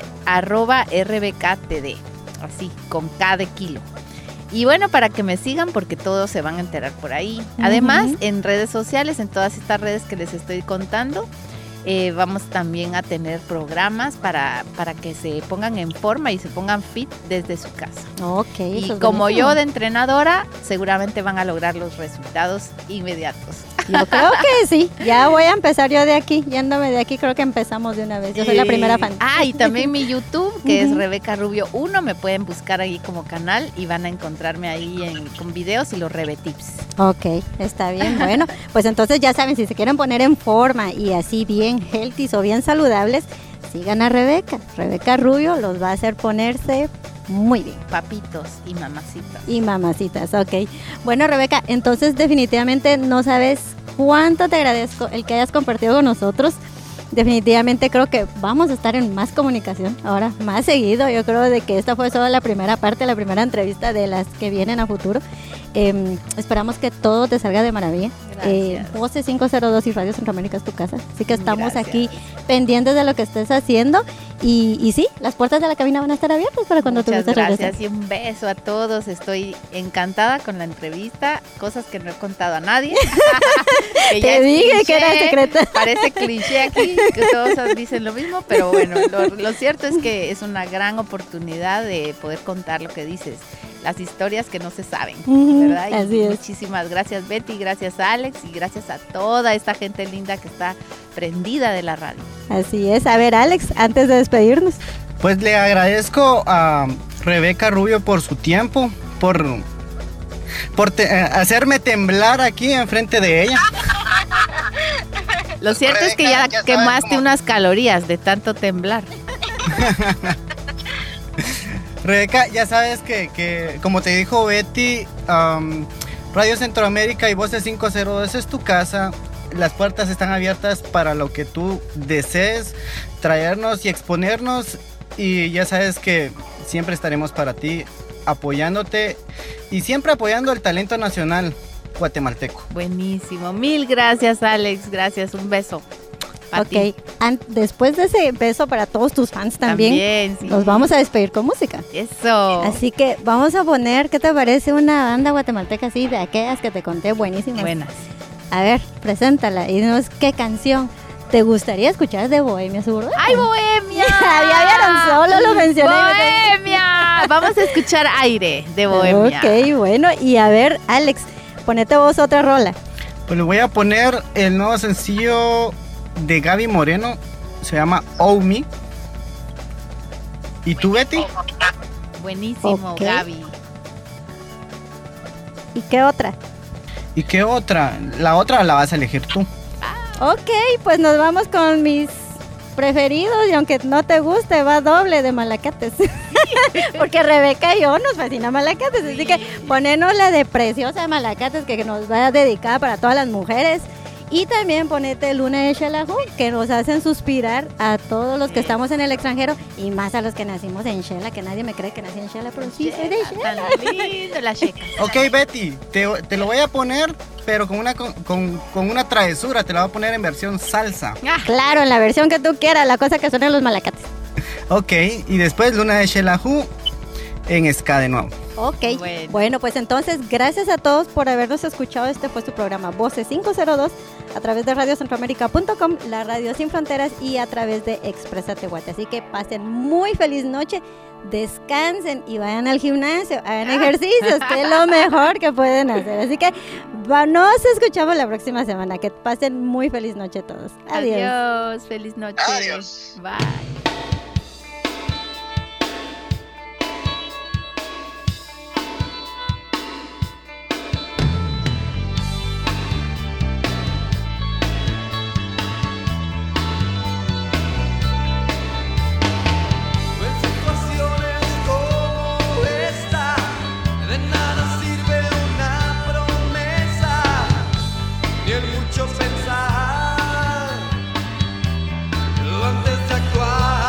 @RBKTD, así, con K de kilo. Y bueno, para que me sigan porque todos se van a enterar por ahí. Además, en redes sociales, en todas estas redes que les estoy contando, vamos también a tener programas para que se pongan en forma y se pongan fit desde su casa. Ok. Y como yo de entrenadora, seguramente van a lograr los resultados inmediatos. Yo creo que sí. Ya voy a empezar yo de aquí. Yéndome de aquí, creo que empezamos de una vez. Yo soy la primera fan. Ah, y también mi YouTube, que es Rebeca Rubio 1. Me pueden buscar ahí como canal y van a encontrarme ahí con videos y los Rebetips. Ok, está bien. Bueno, pues entonces ya saben, si se quieren poner en forma y así bien healthy o bien saludables, sigan a Rebeca. Rebeca Rubio los va a hacer ponerse muy bien. Papitos y mamacitas. Y mamacitas, ok. Bueno, Rebeca, entonces definitivamente no sabes cuánto te agradezco el que hayas compartido con nosotros. Definitivamente creo que vamos a estar en más comunicación ahora, más seguido. Yo creo de que esta fue solo la primera parte, la primera entrevista de las que vienen a futuro. Esperamos que todo te salga de maravilla. Voces 502 y Radio Centroamérica es tu casa, así que estamos aquí pendientes de lo que estés haciendo y sí, las puertas de la cabina van a estar abiertas para cuando tú gustes regresar. Gracias y un beso a todos. Estoy encantada con la entrevista, cosas que no he contado a nadie. Que te dije que era secreta. Parece cliché aquí, que todos dicen lo mismo, pero bueno, lo cierto es que es una gran oportunidad de poder contar lo que dices, las historias que no se saben, ¿verdad? Así es. Muchísimas gracias, Betty, gracias Alex y gracias a toda esta gente linda que está prendida de la radio. Así es. A ver, Alex, antes de despedirnos. Pues le agradezco a Rebeca Rubio por su tiempo, por hacerme temblar aquí enfrente de ella. Lo cierto es que ya quemaste unas calorías de tanto temblar. Rebeca, ya sabes que como te dijo Betty, Radio Centroamérica y Voces 502 es tu casa. Las puertas están abiertas para lo que tú desees traernos y exponernos. Y ya sabes que siempre estaremos para ti, apoyándote y siempre apoyando el talento nacional guatemalteco. Buenísimo. Mil gracias, Alex. Gracias. Un beso. Ok, después de ese beso para todos tus fans también, sí. Nos vamos a despedir con música. Eso. Así que vamos a poner, ¿qué te parece? Una banda guatemalteca así, de aquellas que te conté, buenísimas. Buenas. A ver, preséntala y dinos qué canción te gustaría escuchar de Bohemia Suburbana. ¡Ay, Bohemia! Ya vieron, solo lo mencioné. ¡Bohemia! Vamos a escuchar Aire de Bohemia. Ok, bueno, y a ver, Alex, ponete vos otra rola. Pues le voy a poner el nuevo sencillo de Gaby Moreno, se llama Oh Me. ¿Y tú, Betty? Buenísimo, Ok. Gaby. ¿Y qué otra? ¿Y qué otra? La otra la vas a elegir tú. Ok, pues nos vamos con mis preferidos y aunque no te guste, va doble de Malacates. Porque Rebeca y yo nos fascina Malacates, así que ponernos la de Preciosa Malacates que nos va dedicada para todas las mujeres. Y también ponete Luna de Xelajú, que nos hacen suspirar a todos los que estamos en el extranjero y más a los que nacimos en Xela, que nadie me cree que nací en Xela, pero sí soy de Xela. Tan lindo la checa. Ok, Betty, te lo voy a poner, pero con una travesura. Te la voy a poner en versión salsa. Claro, en la versión que tú quieras, la cosa que suenen los Malacates. Ok, y después Luna de Xelajú en ska de nuevo. Ok, bueno, pues entonces gracias a todos por habernos escuchado. Este fue su programa Voces 502 a través de radiocentroamerica.com, la radio sin fronteras y a través de Exprésate Guate. Así que pasen muy feliz noche, descansen y vayan al gimnasio, hagan ejercicios, que es lo mejor que pueden hacer. Así que nos escuchamos la próxima semana. Que pasen muy feliz noche todos. Adiós. Adiós, feliz noche. Adiós. Bye. Antes de actuar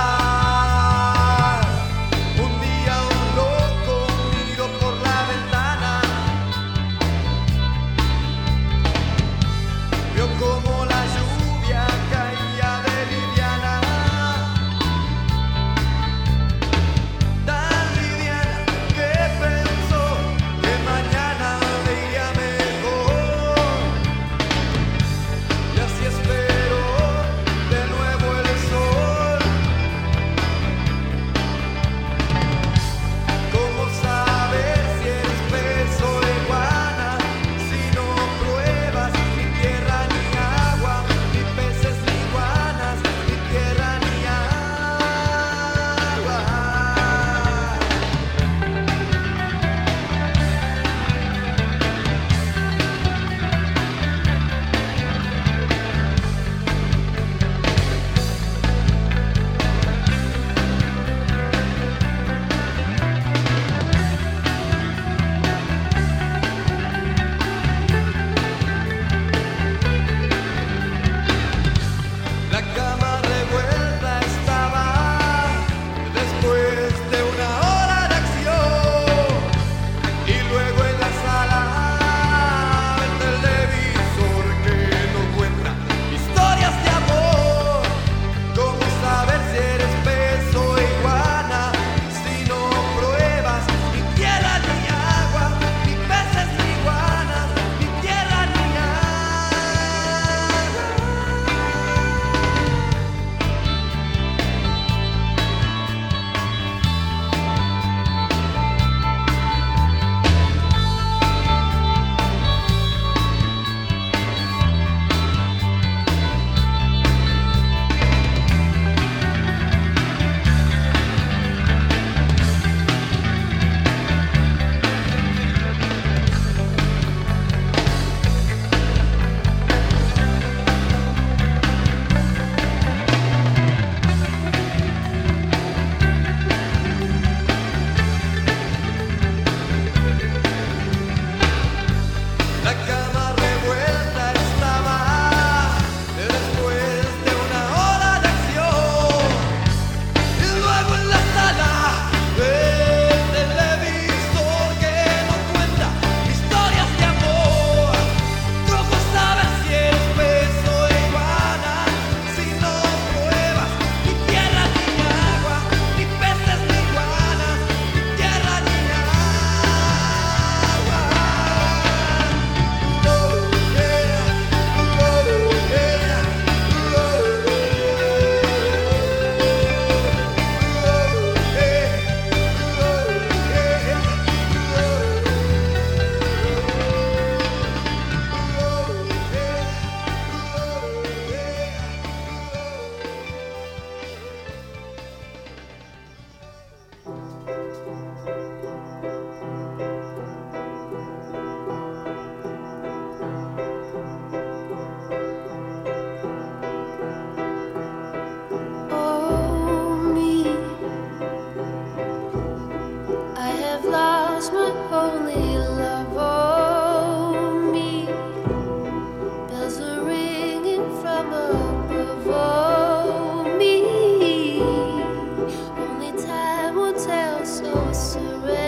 from above oh, me. Only time will tell, so surrender.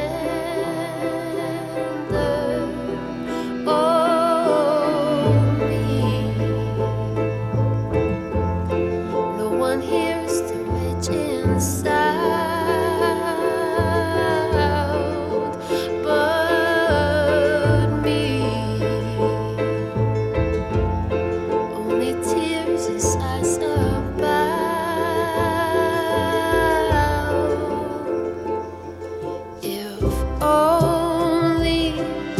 Oh, me. No one hears the rich inside, but me. Only tears as eyes about. If only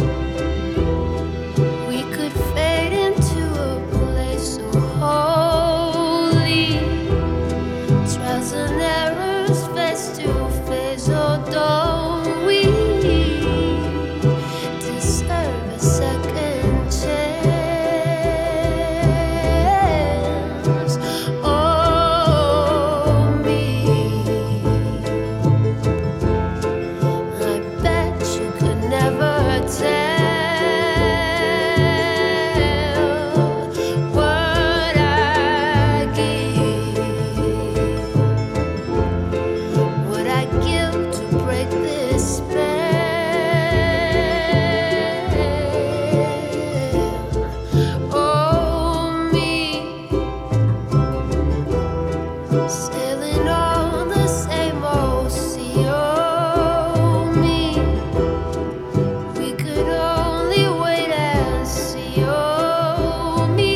we could fade into a place so holy, trials and errors face to face. Oh, don't we deserve a second chance? Oh, me. I bet you could never tell what I give to break this spell. Oh, me, sailing on the same old sea. Oh, me, we could only wait and see. Oh, me,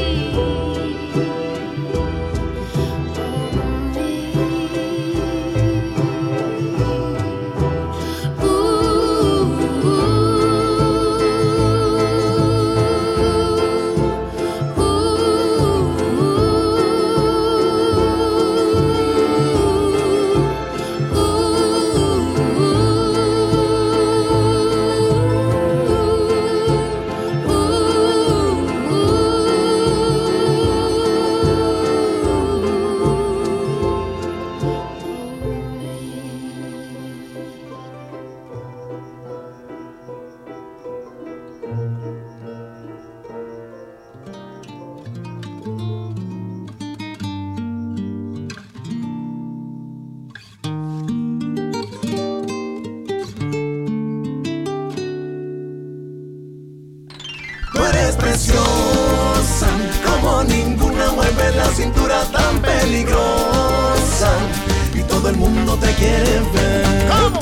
Tú eres preciosa, como ninguna, mueve la cintura tan peligrosa y todo el mundo te quiere ver. ¿Cómo?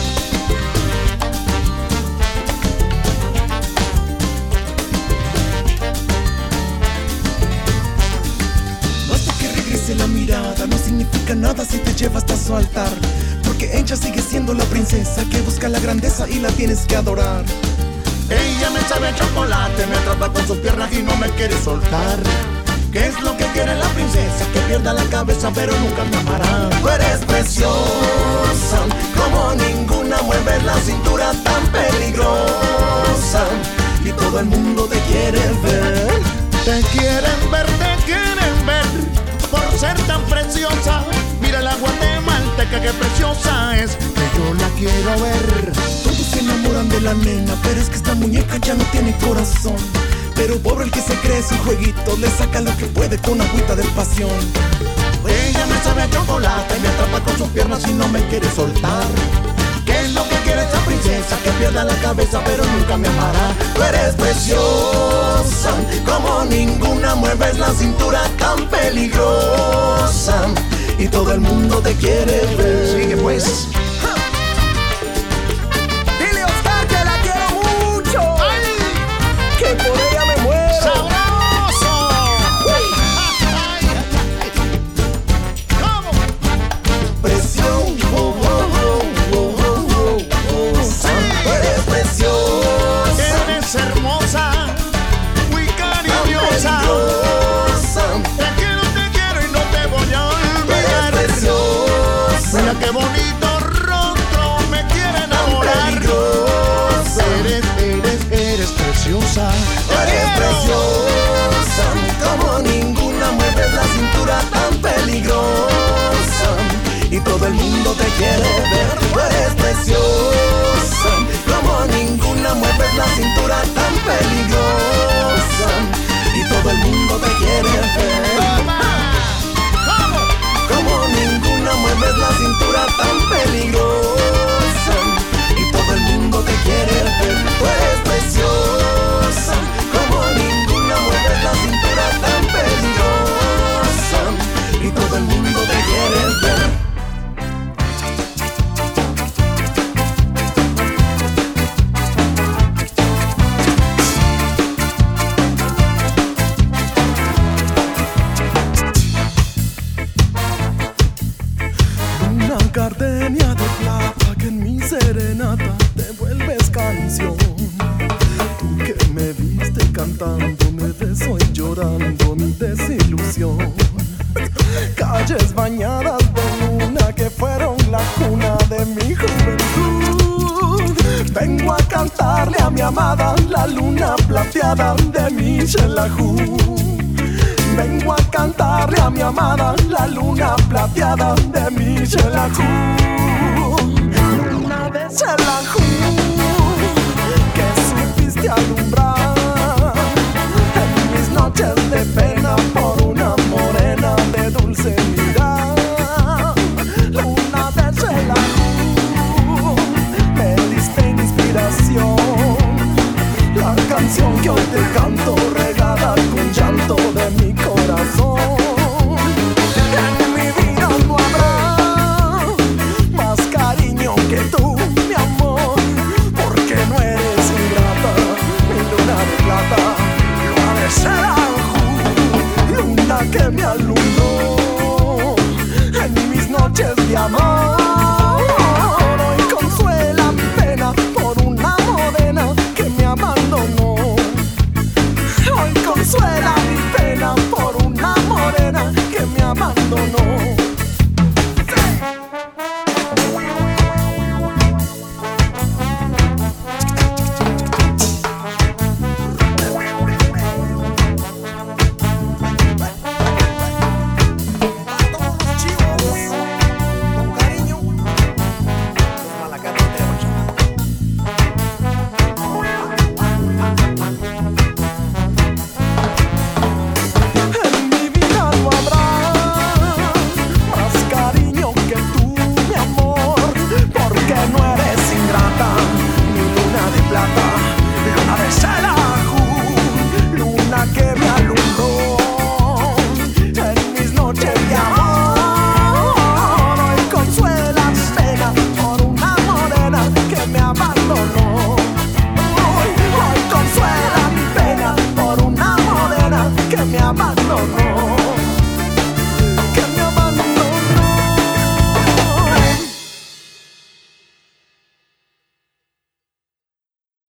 Basta que regrese la mirada, no significa nada si te lleva hasta su altar, porque ella sigue siendo la princesa que busca la grandeza y la tienes que adorar. Ella me sabe a chocolate, me atrapa con sus piernas y no me quiere soltar. ¿Qué es lo que quiere la princesa? Que pierda la cabeza pero nunca me amará. Tú eres preciosa, como ninguna, mueves la cintura tan peligrosa y todo el mundo te quiere ver. Te quieren ver, por ser tan preciosa. Mira la guatemalteca que preciosa es, que yo la quiero ver. Todos se enamoran de la nena, pero es que esta muñeca ya no tiene corazón. Pero pobre el que se cree su jueguito, le saca lo que puede con agüita de pasión. Ella me sabe a chocolate, me atrapa con sus piernas y no me quiere soltar. ¿Qué es lo que quiere esta princesa? Que pierda la cabeza pero nunca me amará. Tú eres preciosa, como ninguna, mueves la cintura tan peligrosa y todo el mundo te quiere ver. Sigue pues. Dile a Oscar que la quiero mucho. ¡Ay! Que por ella me muero. ¡Sabroso! ¿Cómo? Presión, tú eres preciosa, Eres hermosa, muy tan cariñosa. peligrosa. Te quiero y no te voy a Tú eres olvidar. preciosa, Mira qué bonito rostro me quiere tan enamorar. peligrosa. Eres preciosa. Tú eres preciosa, como ninguna, mueves la cintura tan peligrosa y todo el mundo te quiere ver. Tú eres preciosa, como ninguna, mueves la cintura tan peligrosa y todo el mundo te quiere ver. serenata te vuelves canción. Tú que me viste cantando, me ves hoy llorando mi desilusión. Calles bañadas de luna que fueron la cuna de mi juventud. Vengo a cantarle a mi amada la luna plateada de mi Xelajú. Vengo a cantarle a mi amada la luna plateada de mi Xelajú. Luna de Xelajú, que supiste alumbrar en mis noches de pena por